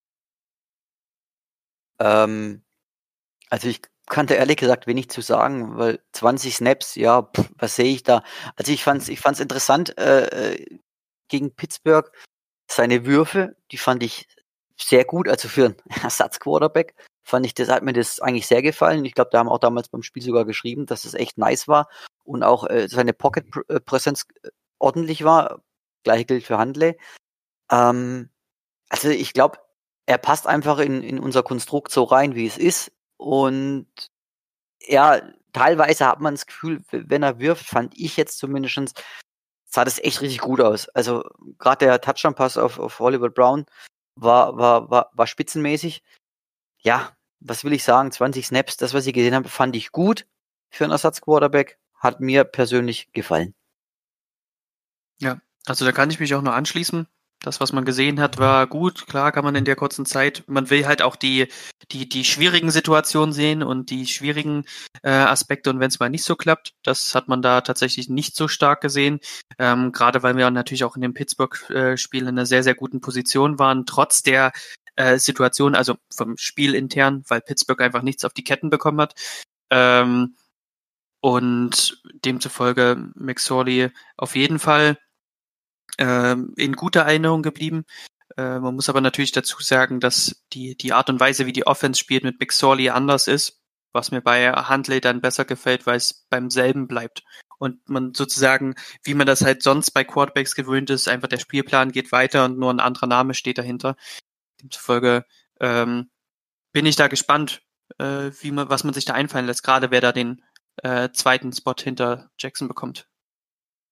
Ähm, also ich kannte ehrlich gesagt wenig zu sagen, weil zwanzig Snaps, ja, pff, was sehe ich da? Also ich fand's, ich fand's interessant äh, gegen Pittsburgh. Seine Würfe, die fand ich sehr gut, also für einen Ersatzquarterback fand ich, das hat mir das eigentlich sehr gefallen. Ich glaube, da haben auch damals beim Spiel sogar geschrieben, dass es echt nice war und auch äh, seine Pocket-Präsenz ordentlich war. Gleiche gilt für Handley. Ähm, also ich glaube, er passt einfach in, in unser Konstrukt so rein, wie es ist. Und ja, teilweise hat man das Gefühl, wenn er wirft, fand ich jetzt zumindest, sah das echt richtig gut aus. Also gerade der Touchdown-Pass auf, auf Hollywood Brown war, war, war, war spitzenmäßig. Ja, was will ich sagen? zwanzig Snaps, das, was ich gesehen habe, fand ich gut für einen Ersatzquarterback. Hat mir persönlich gefallen. Ja, also da kann ich mich auch nur anschließen. Das, was man gesehen hat, war gut. Klar kann man in der kurzen Zeit, man will halt auch die, die, die schwierigen Situationen sehen und die schwierigen äh, Aspekte. Und wenn es mal nicht so klappt, das hat man da tatsächlich nicht so stark gesehen. Ähm, gerade weil wir natürlich auch in dem Pittsburgh-Spiel in einer sehr, sehr guten Position waren, trotz der äh, Situation, also vom Spiel intern, weil Pittsburgh einfach nichts auf die Ketten bekommen hat. Ähm, und demzufolge McSorley auf jeden Fall in guter Erinnerung geblieben. Äh, man muss aber natürlich dazu sagen, dass die, die Art und Weise, wie die Offense spielt, mit McSorley anders ist, was mir bei Huntley dann besser gefällt, weil es beim selben bleibt. Und man sozusagen, wie man das halt sonst bei Quarterbacks gewöhnt ist, einfach der Spielplan geht weiter und nur ein anderer Name steht dahinter. Demzufolge ähm, bin ich da gespannt, äh, wie man, was man sich da einfallen lässt, gerade wer da den äh, zweiten Spot hinter Jackson bekommt.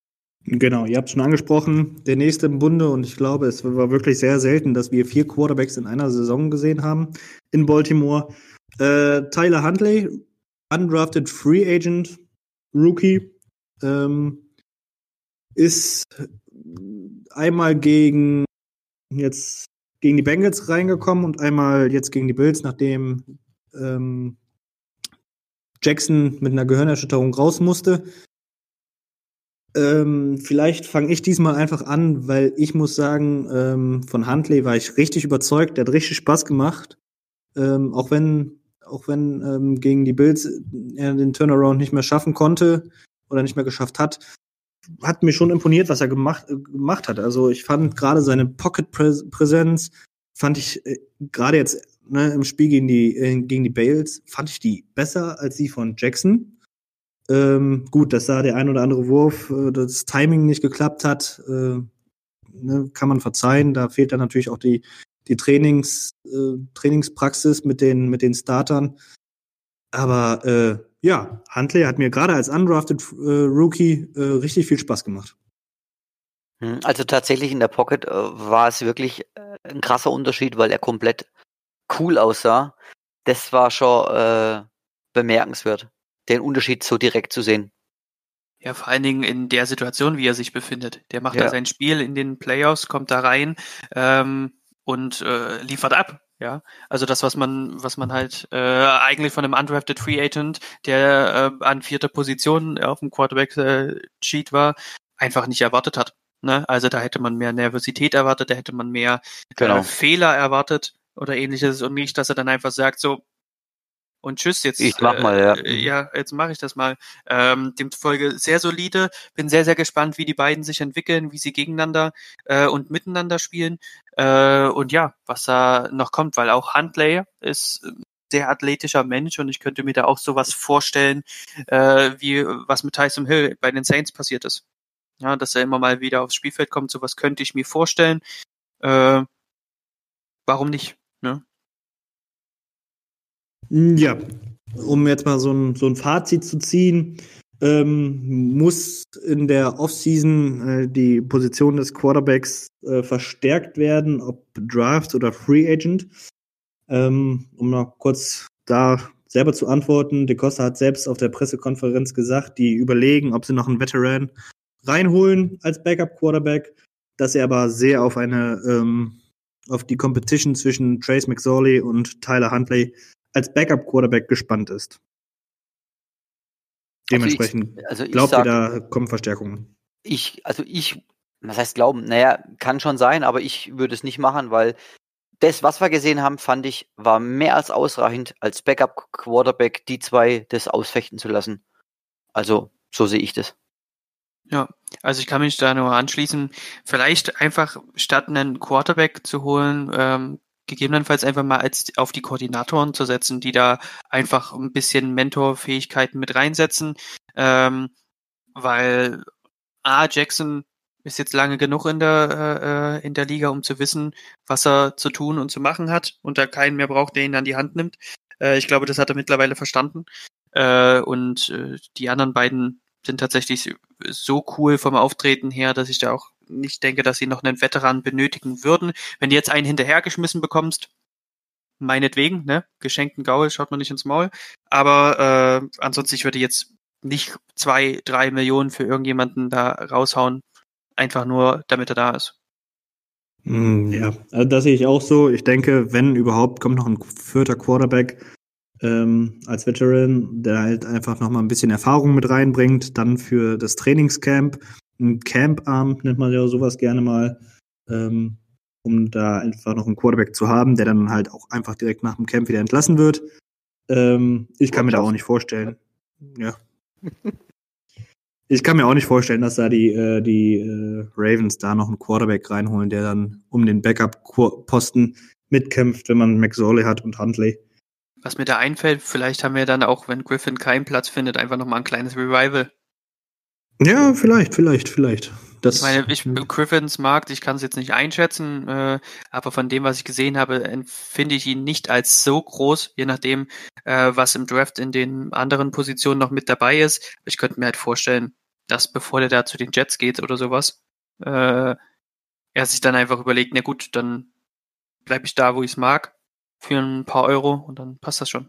Genau, ihr habt es schon angesprochen, der nächste im Bunde, und ich glaube, es war wirklich sehr selten, dass wir vier Quarterbacks in einer Saison gesehen haben in Baltimore. Äh, Tyler Huntley, undrafted Free Agent, Rookie, ähm, ist einmal gegen jetzt gegen die Bengals reingekommen und einmal jetzt gegen die Bills, nachdem ähm, Jackson mit einer Gehirnerschütterung raus musste. Ähm, vielleicht fange ich diesmal einfach an, weil ich muss sagen, ähm, von Huntley war ich richtig überzeugt. Der hat richtig Spaß gemacht. Ähm, auch wenn, auch wenn ähm, gegen die Bills er den Turnaround nicht mehr schaffen konnte oder nicht mehr geschafft hat, hat mir schon imponiert, was er gemacht, äh, gemacht hat. Also ich fand gerade seine Pocket-Präsenz, fand ich äh, gerade jetzt ne, im Spiel gegen die, äh, gegen die Bills, fand ich die besser als die von Jackson. Ähm, gut, dass da der ein oder andere Wurf, äh, das Timing nicht geklappt hat, äh, ne, kann man verzeihen. Da fehlt dann natürlich auch die, die Trainings, äh, Trainingspraxis mit den, mit den Startern. Aber äh, ja, Huntley hat mir gerade als undrafted äh, Rookie äh, richtig viel Spaß gemacht. Also tatsächlich in der Pocket äh, war es wirklich äh, ein krasser Unterschied, weil er komplett cool aussah. Das war schon äh, bemerkenswert, den Unterschied so direkt zu sehen. Ja, vor allen Dingen in der Situation, wie er sich befindet. Der macht Ja. da sein Spiel in den Playoffs, kommt da rein ähm, und äh, liefert ab. Ja, also das, was man, was man halt äh, eigentlich von einem undrafted Free Agent, der äh, an vierter Position auf dem Quarterback-Sheet äh, war, einfach nicht erwartet hat. Ne? Also da hätte man mehr Nervosität erwartet, da hätte man mehr Genau. äh, Fehler erwartet oder ähnliches und nicht, dass er dann einfach sagt so und tschüss, jetzt Ich mach mal, ja. äh, ja, jetzt mache ich das mal. Ähm, demzufolge sehr solide. Bin sehr, sehr gespannt, wie die beiden sich entwickeln, wie sie gegeneinander äh, und miteinander spielen. Äh, und ja, was da noch kommt, weil auch Huntley ist ein sehr athletischer Mensch und ich könnte mir da auch sowas vorstellen, äh, wie was mit Tyson Hill bei den Saints passiert ist. Ja, dass er immer mal wieder aufs Spielfeld kommt, sowas könnte ich mir vorstellen. Äh, warum nicht? Ne? Ja, um jetzt mal so ein, so ein Fazit zu ziehen, ähm, muss in der Offseason äh, die Position des Quarterbacks äh, verstärkt werden, ob Draft oder Free Agent. Ähm, um noch kurz da selber zu antworten, De Costa hat selbst auf der Pressekonferenz gesagt, die überlegen, ob sie noch einen Veteran reinholen als Backup-Quarterback, dass er aber sehr auf eine ähm, auf die Competition zwischen Trace McSorley und Tyler Huntley als Backup-Quarterback gespannt ist. Dementsprechend also ich, also ich glaubt sag, ihr, da kommen Verstärkungen? Ich, also ich, was heißt glauben? Naja, kann schon sein, aber ich würde es nicht machen, weil das, was wir gesehen haben, fand ich, war mehr als ausreichend, als Backup-Quarterback die zwei das ausfechten zu lassen. Also, so sehe ich das. Ja, also ich kann mich da nur anschließen. Vielleicht einfach statt einen Quarterback zu holen, ähm, gegebenenfalls einfach mal als auf die Koordinatoren zu setzen, die da einfach ein bisschen Mentorfähigkeiten mit reinsetzen, ähm, weil A, Jackson ist jetzt lange genug in der äh, in der Liga, um zu wissen, was er zu tun und zu machen hat und da keinen mehr braucht, der ihn an die Hand nimmt. Äh, ich glaube, das hat er mittlerweile verstanden. Äh, und äh, die anderen beiden sind tatsächlich so cool vom Auftreten her, dass ich da auch nicht denke, dass sie noch einen Veteran benötigen würden. Wenn du jetzt einen hinterhergeschmissen bekommst, meinetwegen, ne, geschenkten Gaul, schaut man nicht ins Maul. Aber äh, ansonsten, ich würde jetzt nicht zwei, drei Millionen für irgendjemanden da raushauen, einfach nur, damit er da ist. Ja, also das sehe ich auch so. Ich denke, wenn überhaupt, kommt noch ein vierter Quarterback ähm, als Veteran, der halt einfach noch mal ein bisschen Erfahrung mit reinbringt, dann für das Trainingscamp, ein Camp-Abend nennt man ja sowas gerne mal, ähm, um da einfach noch einen Quarterback zu haben, der dann halt auch einfach direkt nach dem Camp wieder entlassen wird. Ähm, ich kann mir da auch nicht vorstellen. Ja. Ich kann mir auch nicht vorstellen, dass da die, äh, die äh, Ravens da noch einen Quarterback reinholen, der dann um den Backup-Posten mitkämpft, wenn man McSorley hat und Huntley. Was mir da einfällt, vielleicht haben wir dann auch, wenn Griffin keinen Platz findet, einfach nochmal ein kleines Revival. Ja, vielleicht, vielleicht, vielleicht. Das, ich meine, ich, Griffins Markt, ich kann es jetzt nicht einschätzen, äh, aber von dem, was ich gesehen habe, finde ich ihn nicht als so groß, je nachdem, äh, was im Draft in den anderen Positionen noch mit dabei ist. Ich könnte mir halt vorstellen, dass bevor der da zu den Jets geht oder sowas, äh, er sich dann einfach überlegt, na gut, dann bleibe ich da, wo ich es mag, für ein paar Euro und dann passt das schon.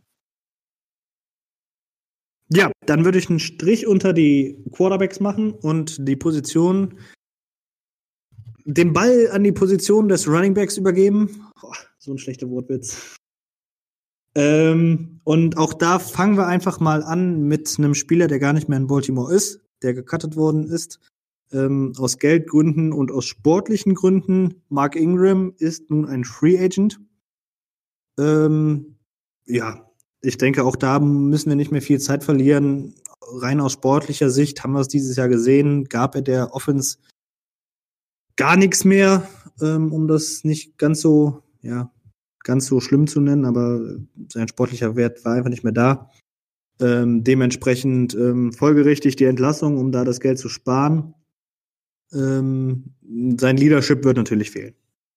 Ja, dann würde ich einen Strich unter die Quarterbacks machen und die Position, den Ball an die Position des Runningbacks übergeben. Boah, so ein schlechter Wortwitz. Ähm, und auch da fangen wir einfach mal an mit einem Spieler, der gar nicht mehr in Baltimore ist, der gecuttet worden ist, ähm, aus Geldgründen und aus sportlichen Gründen. Mark Ingram ist nun ein Free Agent. Ähm, ja, ich denke, auch da müssen wir nicht mehr viel Zeit verlieren. Rein aus sportlicher Sicht haben wir es dieses Jahr gesehen, gab er der Offense gar nichts mehr, ähm, um das nicht ganz so, ja, ganz so schlimm zu nennen, aber sein sportlicher Wert war einfach nicht mehr da. Ähm, dementsprechend ähm, folgerichtig die Entlassung, um da das Geld zu sparen. Ähm, sein Leadership wird natürlich fehlen.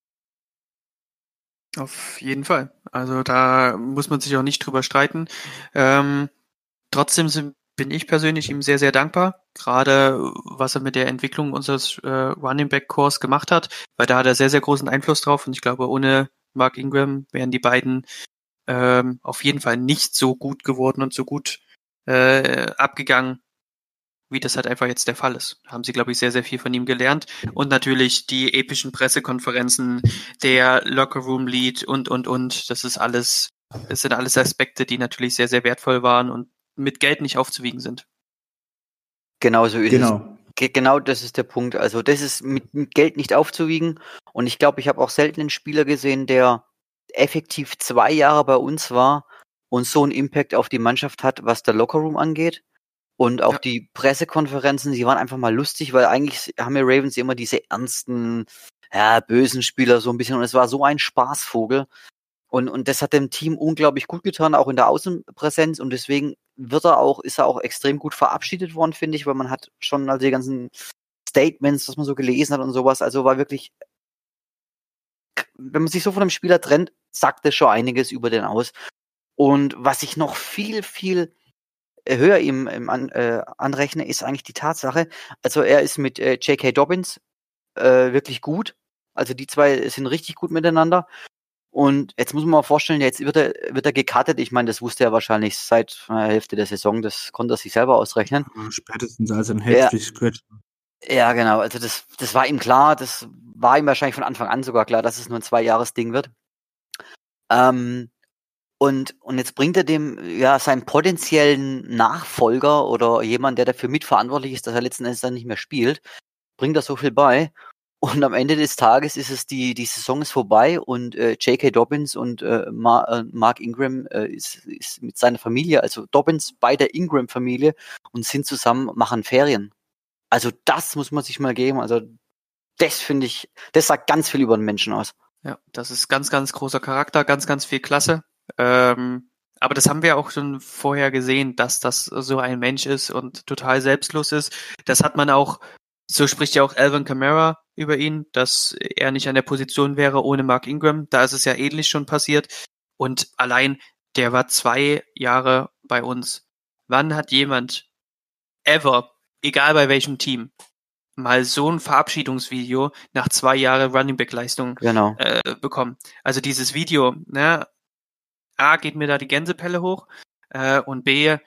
Auf jeden Fall. Also da muss man sich auch nicht drüber streiten. Ähm, trotzdem sind, bin ich persönlich ihm sehr, sehr dankbar, gerade was er mit der Entwicklung unseres äh, Running Back Cores gemacht hat, weil da hat er sehr, sehr großen Einfluss drauf und ich glaube, ohne Mark Ingram wären die beiden ähm, auf jeden Fall nicht so gut geworden und so gut äh, abgegangen, wie das halt einfach jetzt der Fall ist. Da haben sie, glaube ich, sehr, sehr viel von ihm gelernt. Und natürlich die epischen Pressekonferenzen, der Lockerroom-Lead und, und, und. Das ist alles, das sind alles Aspekte, die natürlich sehr, sehr wertvoll waren und mit Geld nicht aufzuwiegen sind. Genau so ist Genau. es. Ge- Genau das ist der Punkt. Also das ist mit, mit Geld nicht aufzuwiegen. Und ich glaube, ich habe auch selten einen Spieler gesehen, der effektiv zwei Jahre bei uns war und so einen Impact auf die Mannschaft hat, was der Lockerroom angeht. Und auch Ja. die Pressekonferenzen, die waren einfach mal lustig, weil eigentlich haben ja Ravens immer diese ernsten, ja, bösen Spieler so ein bisschen. Und es war so ein Spaßvogel. Und, und das hat dem Team unglaublich gut getan, auch in der Außenpräsenz. Und deswegen wird er auch, ist er auch extrem gut verabschiedet worden, finde ich, weil man hat schon also die ganzen Statements, was man so gelesen hat und sowas. Also war wirklich, wenn man sich so von einem Spieler trennt, sagt das schon einiges über den aus. Und was ich noch viel, viel höher ihm, ihm an, äh, anrechne, ist eigentlich die Tatsache, also er ist mit äh, J K. Dobbins äh, wirklich gut. Also die zwei sind richtig gut miteinander. Und jetzt muss man mal vorstellen, jetzt wird er, wird er gecuttet. Ich meine, das wusste er wahrscheinlich seit der Hälfte der Saison. Das konnte er sich selber ausrechnen. Spätestens als er ein Hälfte scratcht. Ja, genau. Also das, das war ihm klar. Das war ihm wahrscheinlich von Anfang an sogar klar, dass es nur ein Zwei-Jahres-Ding wird. Ähm, und, und jetzt bringt er dem, ja, seinem potenziellen Nachfolger oder jemand, der dafür mitverantwortlich ist, dass er letzten Endes dann nicht mehr spielt, bringt er so viel bei. Und am Ende des Tages ist es, die, die Saison ist vorbei und äh, J K. Dobbins und äh, Mar- äh, Mark Ingram äh, ist, ist mit seiner Familie, also Dobbins bei der Ingram-Familie und sind zusammen, machen Ferien. Also das muss man sich mal geben. Also das finde ich, das sagt ganz viel über den Menschen aus. Ja, das ist ganz, ganz großer Charakter, ganz, ganz viel Klasse. Ähm, aber das haben wir auch schon vorher gesehen, dass das so ein Mensch ist und total selbstlos ist. Das hat man auch, so spricht ja auch Alvin Kamara über ihn, dass er nicht an der Position wäre ohne Mark Ingram. Da ist es ja ähnlich schon passiert. Und allein, der war zwei Jahre bei uns. Wann hat jemand ever, egal bei welchem Team, mal so ein Verabschiedungsvideo nach zwei Jahren Running Back Leistung Genau. äh, bekommen? Also dieses Video, ne, A, geht mir da die Gänsepelle hoch äh, und B,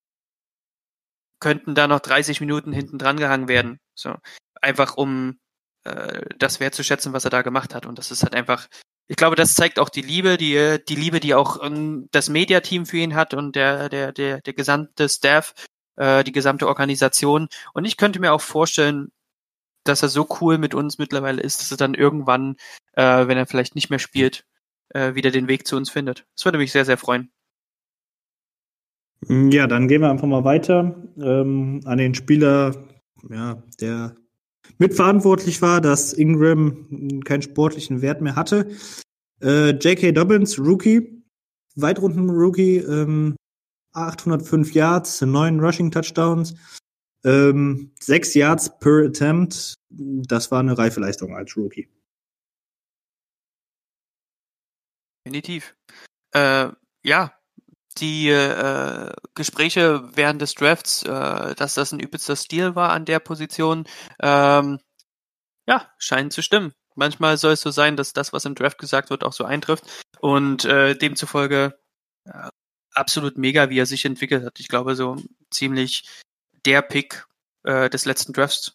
könnten da noch dreißig Minuten hinten dran gehangen werden. So, einfach um äh, das wertzuschätzen, was er da gemacht hat. Und das ist halt einfach, ich glaube, das zeigt auch die Liebe, die die Liebe, die auch ähm, das Media-Team für ihn hat und der der der der gesamte Staff, äh, die gesamte Organisation. Und ich könnte mir auch vorstellen, dass er so cool mit uns mittlerweile ist, dass er dann irgendwann, äh, wenn er vielleicht nicht mehr spielt, äh, wieder den Weg zu uns findet. Das würde mich sehr, sehr freuen. Ja, dann gehen wir einfach mal weiter ähm, an den Spieler, ja, der mitverantwortlich war, dass Ingram keinen sportlichen Wert mehr hatte. Äh, J K. Dobbins, Rookie, Weitrunden-Rookie, ähm, achthundertfünf Yards, neun Rushing-Touchdowns, ähm, sechs Yards per Attempt. Das war eine reife Leistung als Rookie. Definitiv. Äh, ja, die äh, Gespräche während des Drafts, äh, dass das ein übelster Stil war an der Position, ähm, ja, scheinen zu stimmen. Manchmal soll es so sein, dass das, was im Draft gesagt wird, auch so eintrifft. Und äh, demzufolge äh, absolut mega, wie er sich entwickelt hat. Ich glaube, so ziemlich der Pick äh, des letzten Drafts.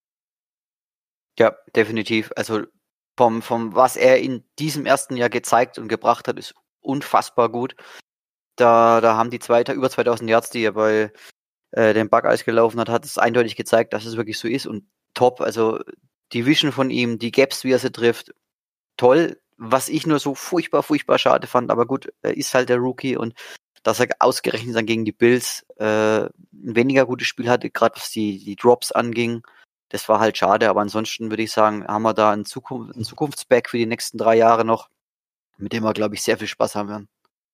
Ja, definitiv. Also vom, vom, was er in diesem ersten Jahr gezeigt und gebracht hat, ist unfassbar gut. Da, da haben die zweite, über zweitausend Yards, die er bei äh, dem Buckeyes gelaufen hat, hat es eindeutig gezeigt, dass es wirklich so ist und top. Also die Vision von ihm, die Gaps, wie er sie trifft, toll. Was ich nur so furchtbar, furchtbar schade fand, aber gut, er ist halt der Rookie und dass er ausgerechnet dann gegen die Bills äh, ein weniger gutes Spiel hatte, gerade was die, die Drops anging, das war halt schade, aber ansonsten würde ich sagen, haben wir da einen, Zukunft, einen Zukunftsback für die nächsten drei Jahre noch, mit dem wir, glaube ich, sehr viel Spaß haben werden.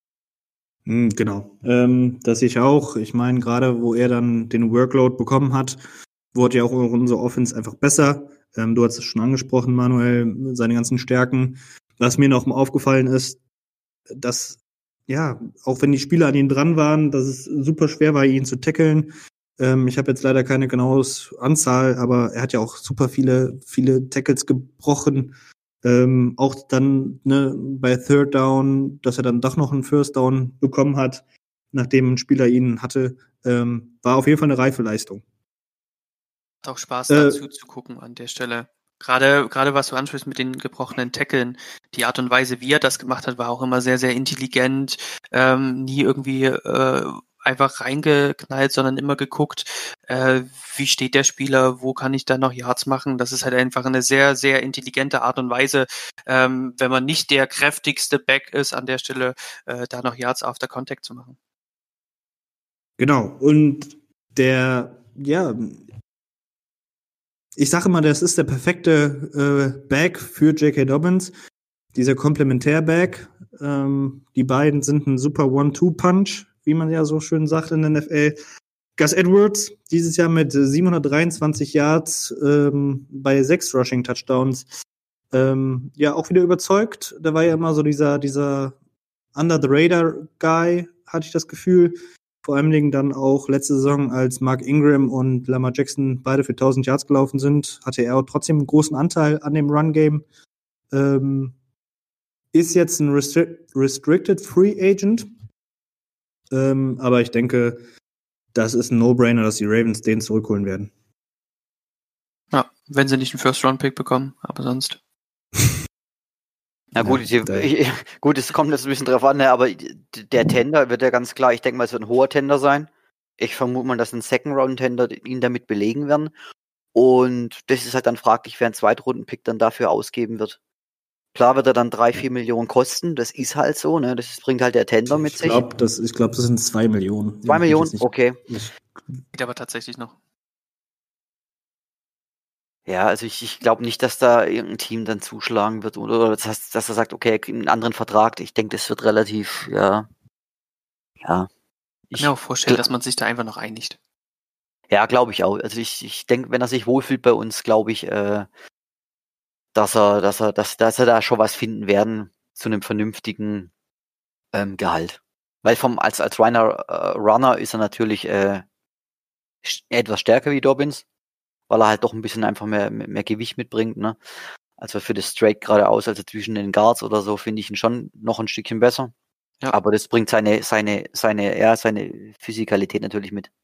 Genau, ähm, das sehe ich auch. Ich meine, gerade wo er dann den Workload bekommen hat, wurde ja auch unsere Offense einfach besser. Ähm, du hast es schon angesprochen, Manuel, seine ganzen Stärken. Was mir noch mal aufgefallen ist, dass, ja, auch wenn die Spieler an ihn dran waren, dass es super schwer war, ihn zu tackeln. Ähm, ich habe jetzt leider keine genaue Anzahl, aber er hat ja auch super viele, viele Tackles gebrochen. Ähm, auch dann ne, bei Third Down, dass er dann doch noch einen First Down bekommen hat, nachdem ein Spieler ihn hatte, ähm, war auf jeden Fall eine reife Leistung. Hat auch Spaß, Äh, dazu zu gucken an der Stelle. Gerade, gerade was du ansprichst mit den gebrochenen Tackeln, die Art und Weise, wie er das gemacht hat, war auch immer sehr, sehr intelligent, ähm, nie irgendwie äh, einfach reingeknallt, sondern immer geguckt, äh, wie steht der Spieler, wo kann ich da noch Yards machen. Das ist halt einfach eine sehr, sehr intelligente Art und Weise, ähm, wenn man nicht der kräftigste Back ist, an der Stelle äh, da noch Yards after Contact zu machen. Genau, und der, ja, ich sage mal, das ist der perfekte äh, Back für J K. Dobbins, dieser Komplementär-Back. Ähm, die beiden sind ein super One-Two-Punch, wie man ja so schön sagt in der N F L. Gus Edwards, dieses Jahr mit siebenhundertdreiundzwanzig Yards ähm, bei sechs Rushing-Touchdowns, ähm, ja, auch wieder überzeugt. Da war ja immer so dieser, dieser Under-the-Radar-Guy, hatte ich das Gefühl. Vor allen Dingen dann auch letzte Saison, als Mark Ingram und Lamar Jackson beide für tausend Yards gelaufen sind, hatte er auch trotzdem einen großen Anteil an dem Run-Game. Ähm, ist jetzt ein Restri- Restricted Free Agent. Ähm, aber ich denke, das ist ein No-Brainer, dass die Ravens den zurückholen werden. Ja, wenn sie nicht einen First-Round-Pick bekommen, aber sonst. Na gut, Ja, die, ich, gut, es kommt jetzt ein bisschen drauf an, ne, aber der Tender wird ja ganz klar, ich denke mal, es wird ein hoher Tender sein. Ich vermute mal, dass ein Second-Round-Tender ihn damit belegen werden. Und das ist halt dann fraglich, wer einen Zweitrunden-Pick dann dafür ausgeben wird. Klar wird er dann drei, vier Millionen kosten, das ist halt so, ne? Das bringt halt der Tender mit ich sich. Glaub, das, ich glaube, das sind zwei Millionen. Zwei Millionen? Nicht, Okay. Nicht. Geht aber tatsächlich noch. Ja, also ich, ich glaube nicht, dass da irgendein Team dann zuschlagen wird oder dass, dass er sagt, okay, er kriegt einen anderen Vertrag. Ich denke, das wird relativ, ja, ja. Ich kann mir auch vorstellen, dass man sich da einfach noch einigt. Ja, glaube ich auch. Also ich, ich denke, wenn er sich wohlfühlt bei uns, glaube ich, äh, dass er, dass er, dass, dass er da schon was finden werden zu einem vernünftigen ähm, Gehalt. Weil vom als als Runner, äh, Runner ist er natürlich äh, etwas stärker wie Dobbins, weil er halt doch ein bisschen einfach mehr, mehr Gewicht mitbringt, ne? Also für das Straight geradeaus, also zwischen den Guards oder so, finde ich ihn schon noch ein Stückchen besser. Ja. Aber das bringt seine, seine, seine, ja, seine Physikalität natürlich mit.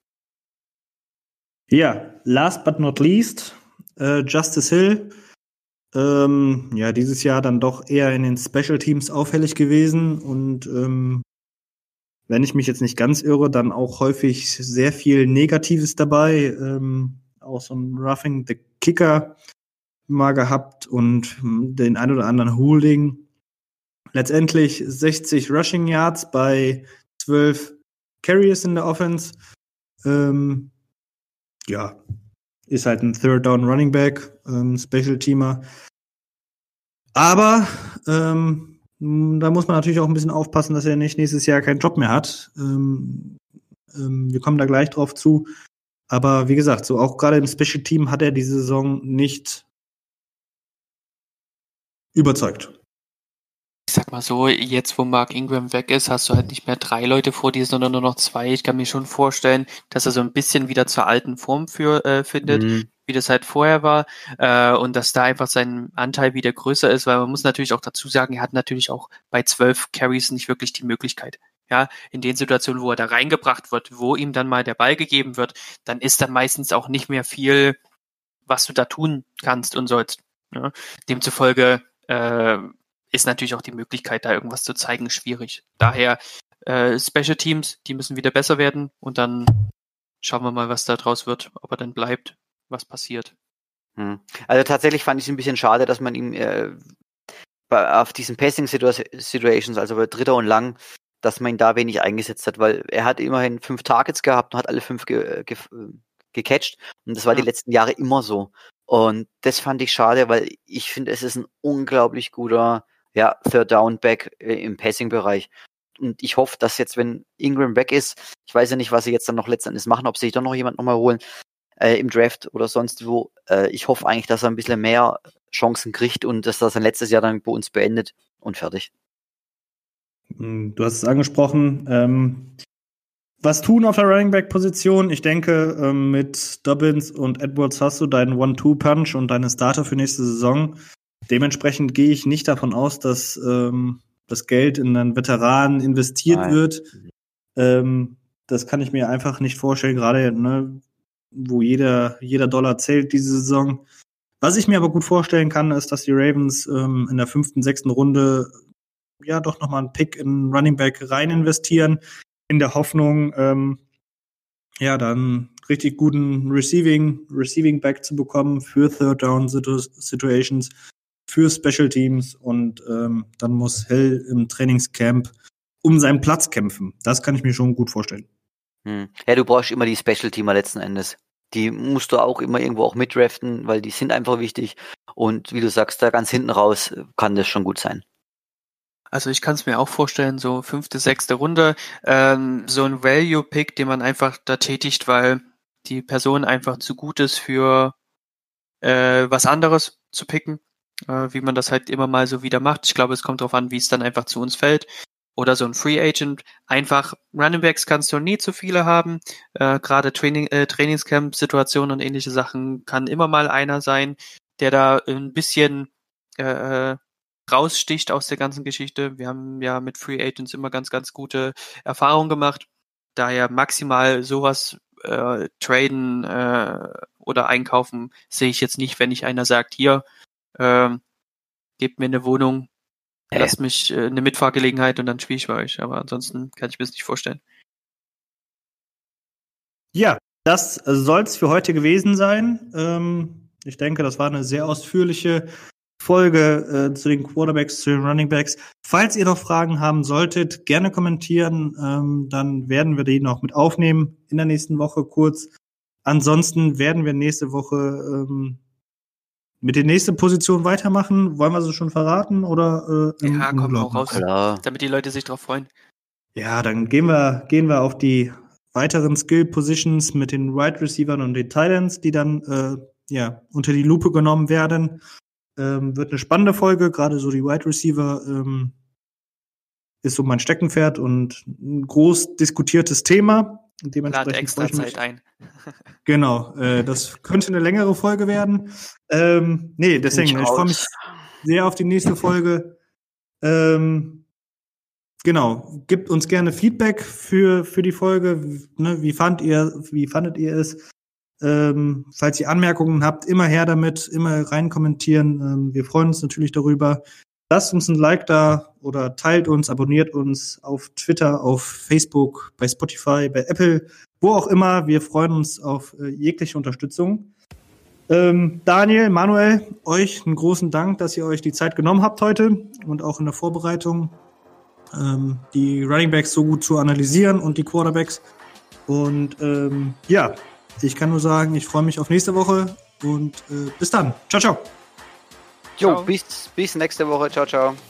Ja, last but not least, äh, Justice Hill. Ähm, ja, dieses Jahr dann doch eher in den Special Teams auffällig gewesen und ähm, wenn ich mich jetzt nicht ganz irre, dann auch häufig sehr viel Negatives dabei. Ähm, auch so ein Roughing the Kicker mal gehabt und den ein oder anderen Holding. Letztendlich sechzig Rushing Yards bei zwölf Carries in der Offense. Ähm, ja, ist halt ein Third Down Running Back, ähm, Special Teamer. Aber ähm, da muss man natürlich auch ein bisschen aufpassen, dass er nicht nächstes Jahr keinen Job mehr hat. Ähm, ähm, wir kommen da gleich drauf zu. Aber wie gesagt, so auch gerade im Special Team hat er diese Saison nicht überzeugt. ich sag mal so, jetzt wo Mark Ingram weg ist, hast du halt nicht mehr drei Leute vor dir, sondern nur noch zwei. Ich kann mir schon vorstellen, dass er so ein bisschen wieder zur alten Form für, äh, findet, mhm. wie das halt vorher war, äh, und dass da einfach sein Anteil wieder größer ist, weil man muss natürlich auch dazu sagen, er hat natürlich auch bei zwölf Carries nicht wirklich die Möglichkeit. Ja, in den Situationen, wo er da reingebracht wird, wo ihm dann mal der Ball gegeben wird, dann ist da meistens auch nicht mehr viel, was du da tun kannst und sollst. Ja? Demzufolge äh, ist natürlich auch die Möglichkeit, da irgendwas zu zeigen, schwierig. Daher äh, Special Teams, die müssen wieder besser werden und dann schauen wir mal, was da draus wird, ob er dann bleibt, was passiert. Hm. Also tatsächlich fand ich es ein bisschen schade, dass man ihm äh, auf diesen Passing-Situations, also bei Dritter und Lang, dass man ihn da wenig eingesetzt hat, weil er hat immerhin fünf Targets gehabt und hat alle fünf ge- ge- gecatcht und das war ja. die letzten Jahre immer so. Und das fand ich schade, weil ich finde, es ist ein unglaublich guter ja, Third-Down-Back im Passing-Bereich. Und ich hoffe, dass jetzt, wenn Ingram weg ist, ich weiß ja nicht, was sie jetzt dann noch letztendlich machen, ob sie sich doch noch jemand nochmal holen äh, im Draft oder sonst wo. Äh, ich hoffe eigentlich, dass er ein bisschen mehr Chancen kriegt und dass er sein letztes Jahr dann bei uns beendet und fertig. Du hast es angesprochen. Ähm, was tun auf der Running-Back-Position? Ich denke, ähm, mit Dobbins und Edwards hast du deinen One-Two-Punch und deine Starter für nächste Saison. Dementsprechend gehe ich nicht davon aus, dass ähm, das Geld in einen Veteranen investiert Nein. wird. Ähm, das kann ich mir einfach nicht vorstellen, gerade ne, wo jeder, jeder Dollar zählt diese Saison. Was ich mir aber gut vorstellen kann, ist, dass die Ravens ähm, in der fünften, sechsten Runde ja doch nochmal einen Pick in Running Back rein investieren, in der Hoffnung, ähm, ja, dann richtig guten Receiving, Receiving Back zu bekommen für Third Down Situations, für Special Teams und ähm, dann muss Hill im Trainingscamp um seinen Platz kämpfen. Das kann ich mir schon gut vorstellen. Hm. Ja, du brauchst immer die Special Teamer letzten Endes. Die musst du auch immer irgendwo auch mitdraften, weil die sind einfach wichtig. Und wie du sagst, da ganz hinten raus kann das schon gut sein. Also ich kann es mir auch vorstellen, so fünfte, sechste Runde, ähm, so ein Value-Pick, den man einfach da tätigt, weil die Person einfach zu gut ist für äh, was anderes zu picken, äh, wie man das halt immer mal so wieder macht. Ich glaube, es kommt darauf an, wie es dann einfach zu uns fällt. Oder so ein Free Agent. Einfach Running Backs kannst du nie zu viele haben. Äh, Gerade Training, äh, Trainingscamp-Situationen und ähnliche Sachen kann immer mal einer sein, der da ein bisschen äh, raussticht aus der ganzen Geschichte. Wir haben ja mit Free Agents immer ganz, ganz gute Erfahrungen gemacht. Daher maximal sowas äh, traden äh, oder einkaufen sehe ich jetzt nicht, wenn ich einer sagt, hier, äh, gebt mir eine Wohnung, Hey. Lasst mich äh, eine Mitfahrgelegenheit und dann spiele ich bei euch. Aber ansonsten kann ich mir das nicht vorstellen. Ja, das soll es für heute gewesen sein. Ähm, ich denke, das war eine sehr ausführliche Folge äh, zu den Quarterbacks, zu den Runningbacks. Falls ihr noch Fragen haben solltet, gerne kommentieren. Ähm, dann werden wir die noch mit aufnehmen in der nächsten Woche kurz. Ansonsten werden wir nächste Woche ähm, mit der nächsten Position weitermachen. Wollen wir sie schon verraten? Oder, äh, ja, komm auch raus, Klar. damit die Leute sich drauf freuen. Ja, dann gehen wir, gehen wir auf die weiteren Skill-Positions mit den Wide Receivern und den Tight Ends, die dann äh, ja, unter die Lupe genommen werden. Ähm, wird eine spannende Folge, gerade so die Wide Receiver ähm, ist so mein Steckenpferd und ein groß diskutiertes Thema. Dementsprechend extra Zeit ein. Genau, äh, das könnte eine längere Folge werden. Ähm, nee, deswegen, ich, ich freue mich sehr auf die nächste Folge. Ähm, genau, gebt uns gerne Feedback für für die Folge. Ne, wie fand ihr, wie fandet ihr es? Ähm, falls ihr Anmerkungen habt, immer her damit, immer rein kommentieren. Ähm, wir freuen uns natürlich darüber. Lasst uns ein Like da oder teilt uns, abonniert uns auf Twitter, auf Facebook, bei Spotify, bei Apple, wo auch immer. Wir freuen uns auf äh, jegliche Unterstützung. Ähm, Daniel, Manuel, euch einen großen Dank, dass ihr euch die Zeit genommen habt heute und auch in der Vorbereitung ähm, die Runningbacks so gut zu analysieren und die Quarterbacks. Und ähm, ja, ich kann nur sagen, ich freue mich auf nächste Woche und äh, bis dann. Ciao, ciao. Jo, bis, bis nächste Woche. Ciao, ciao.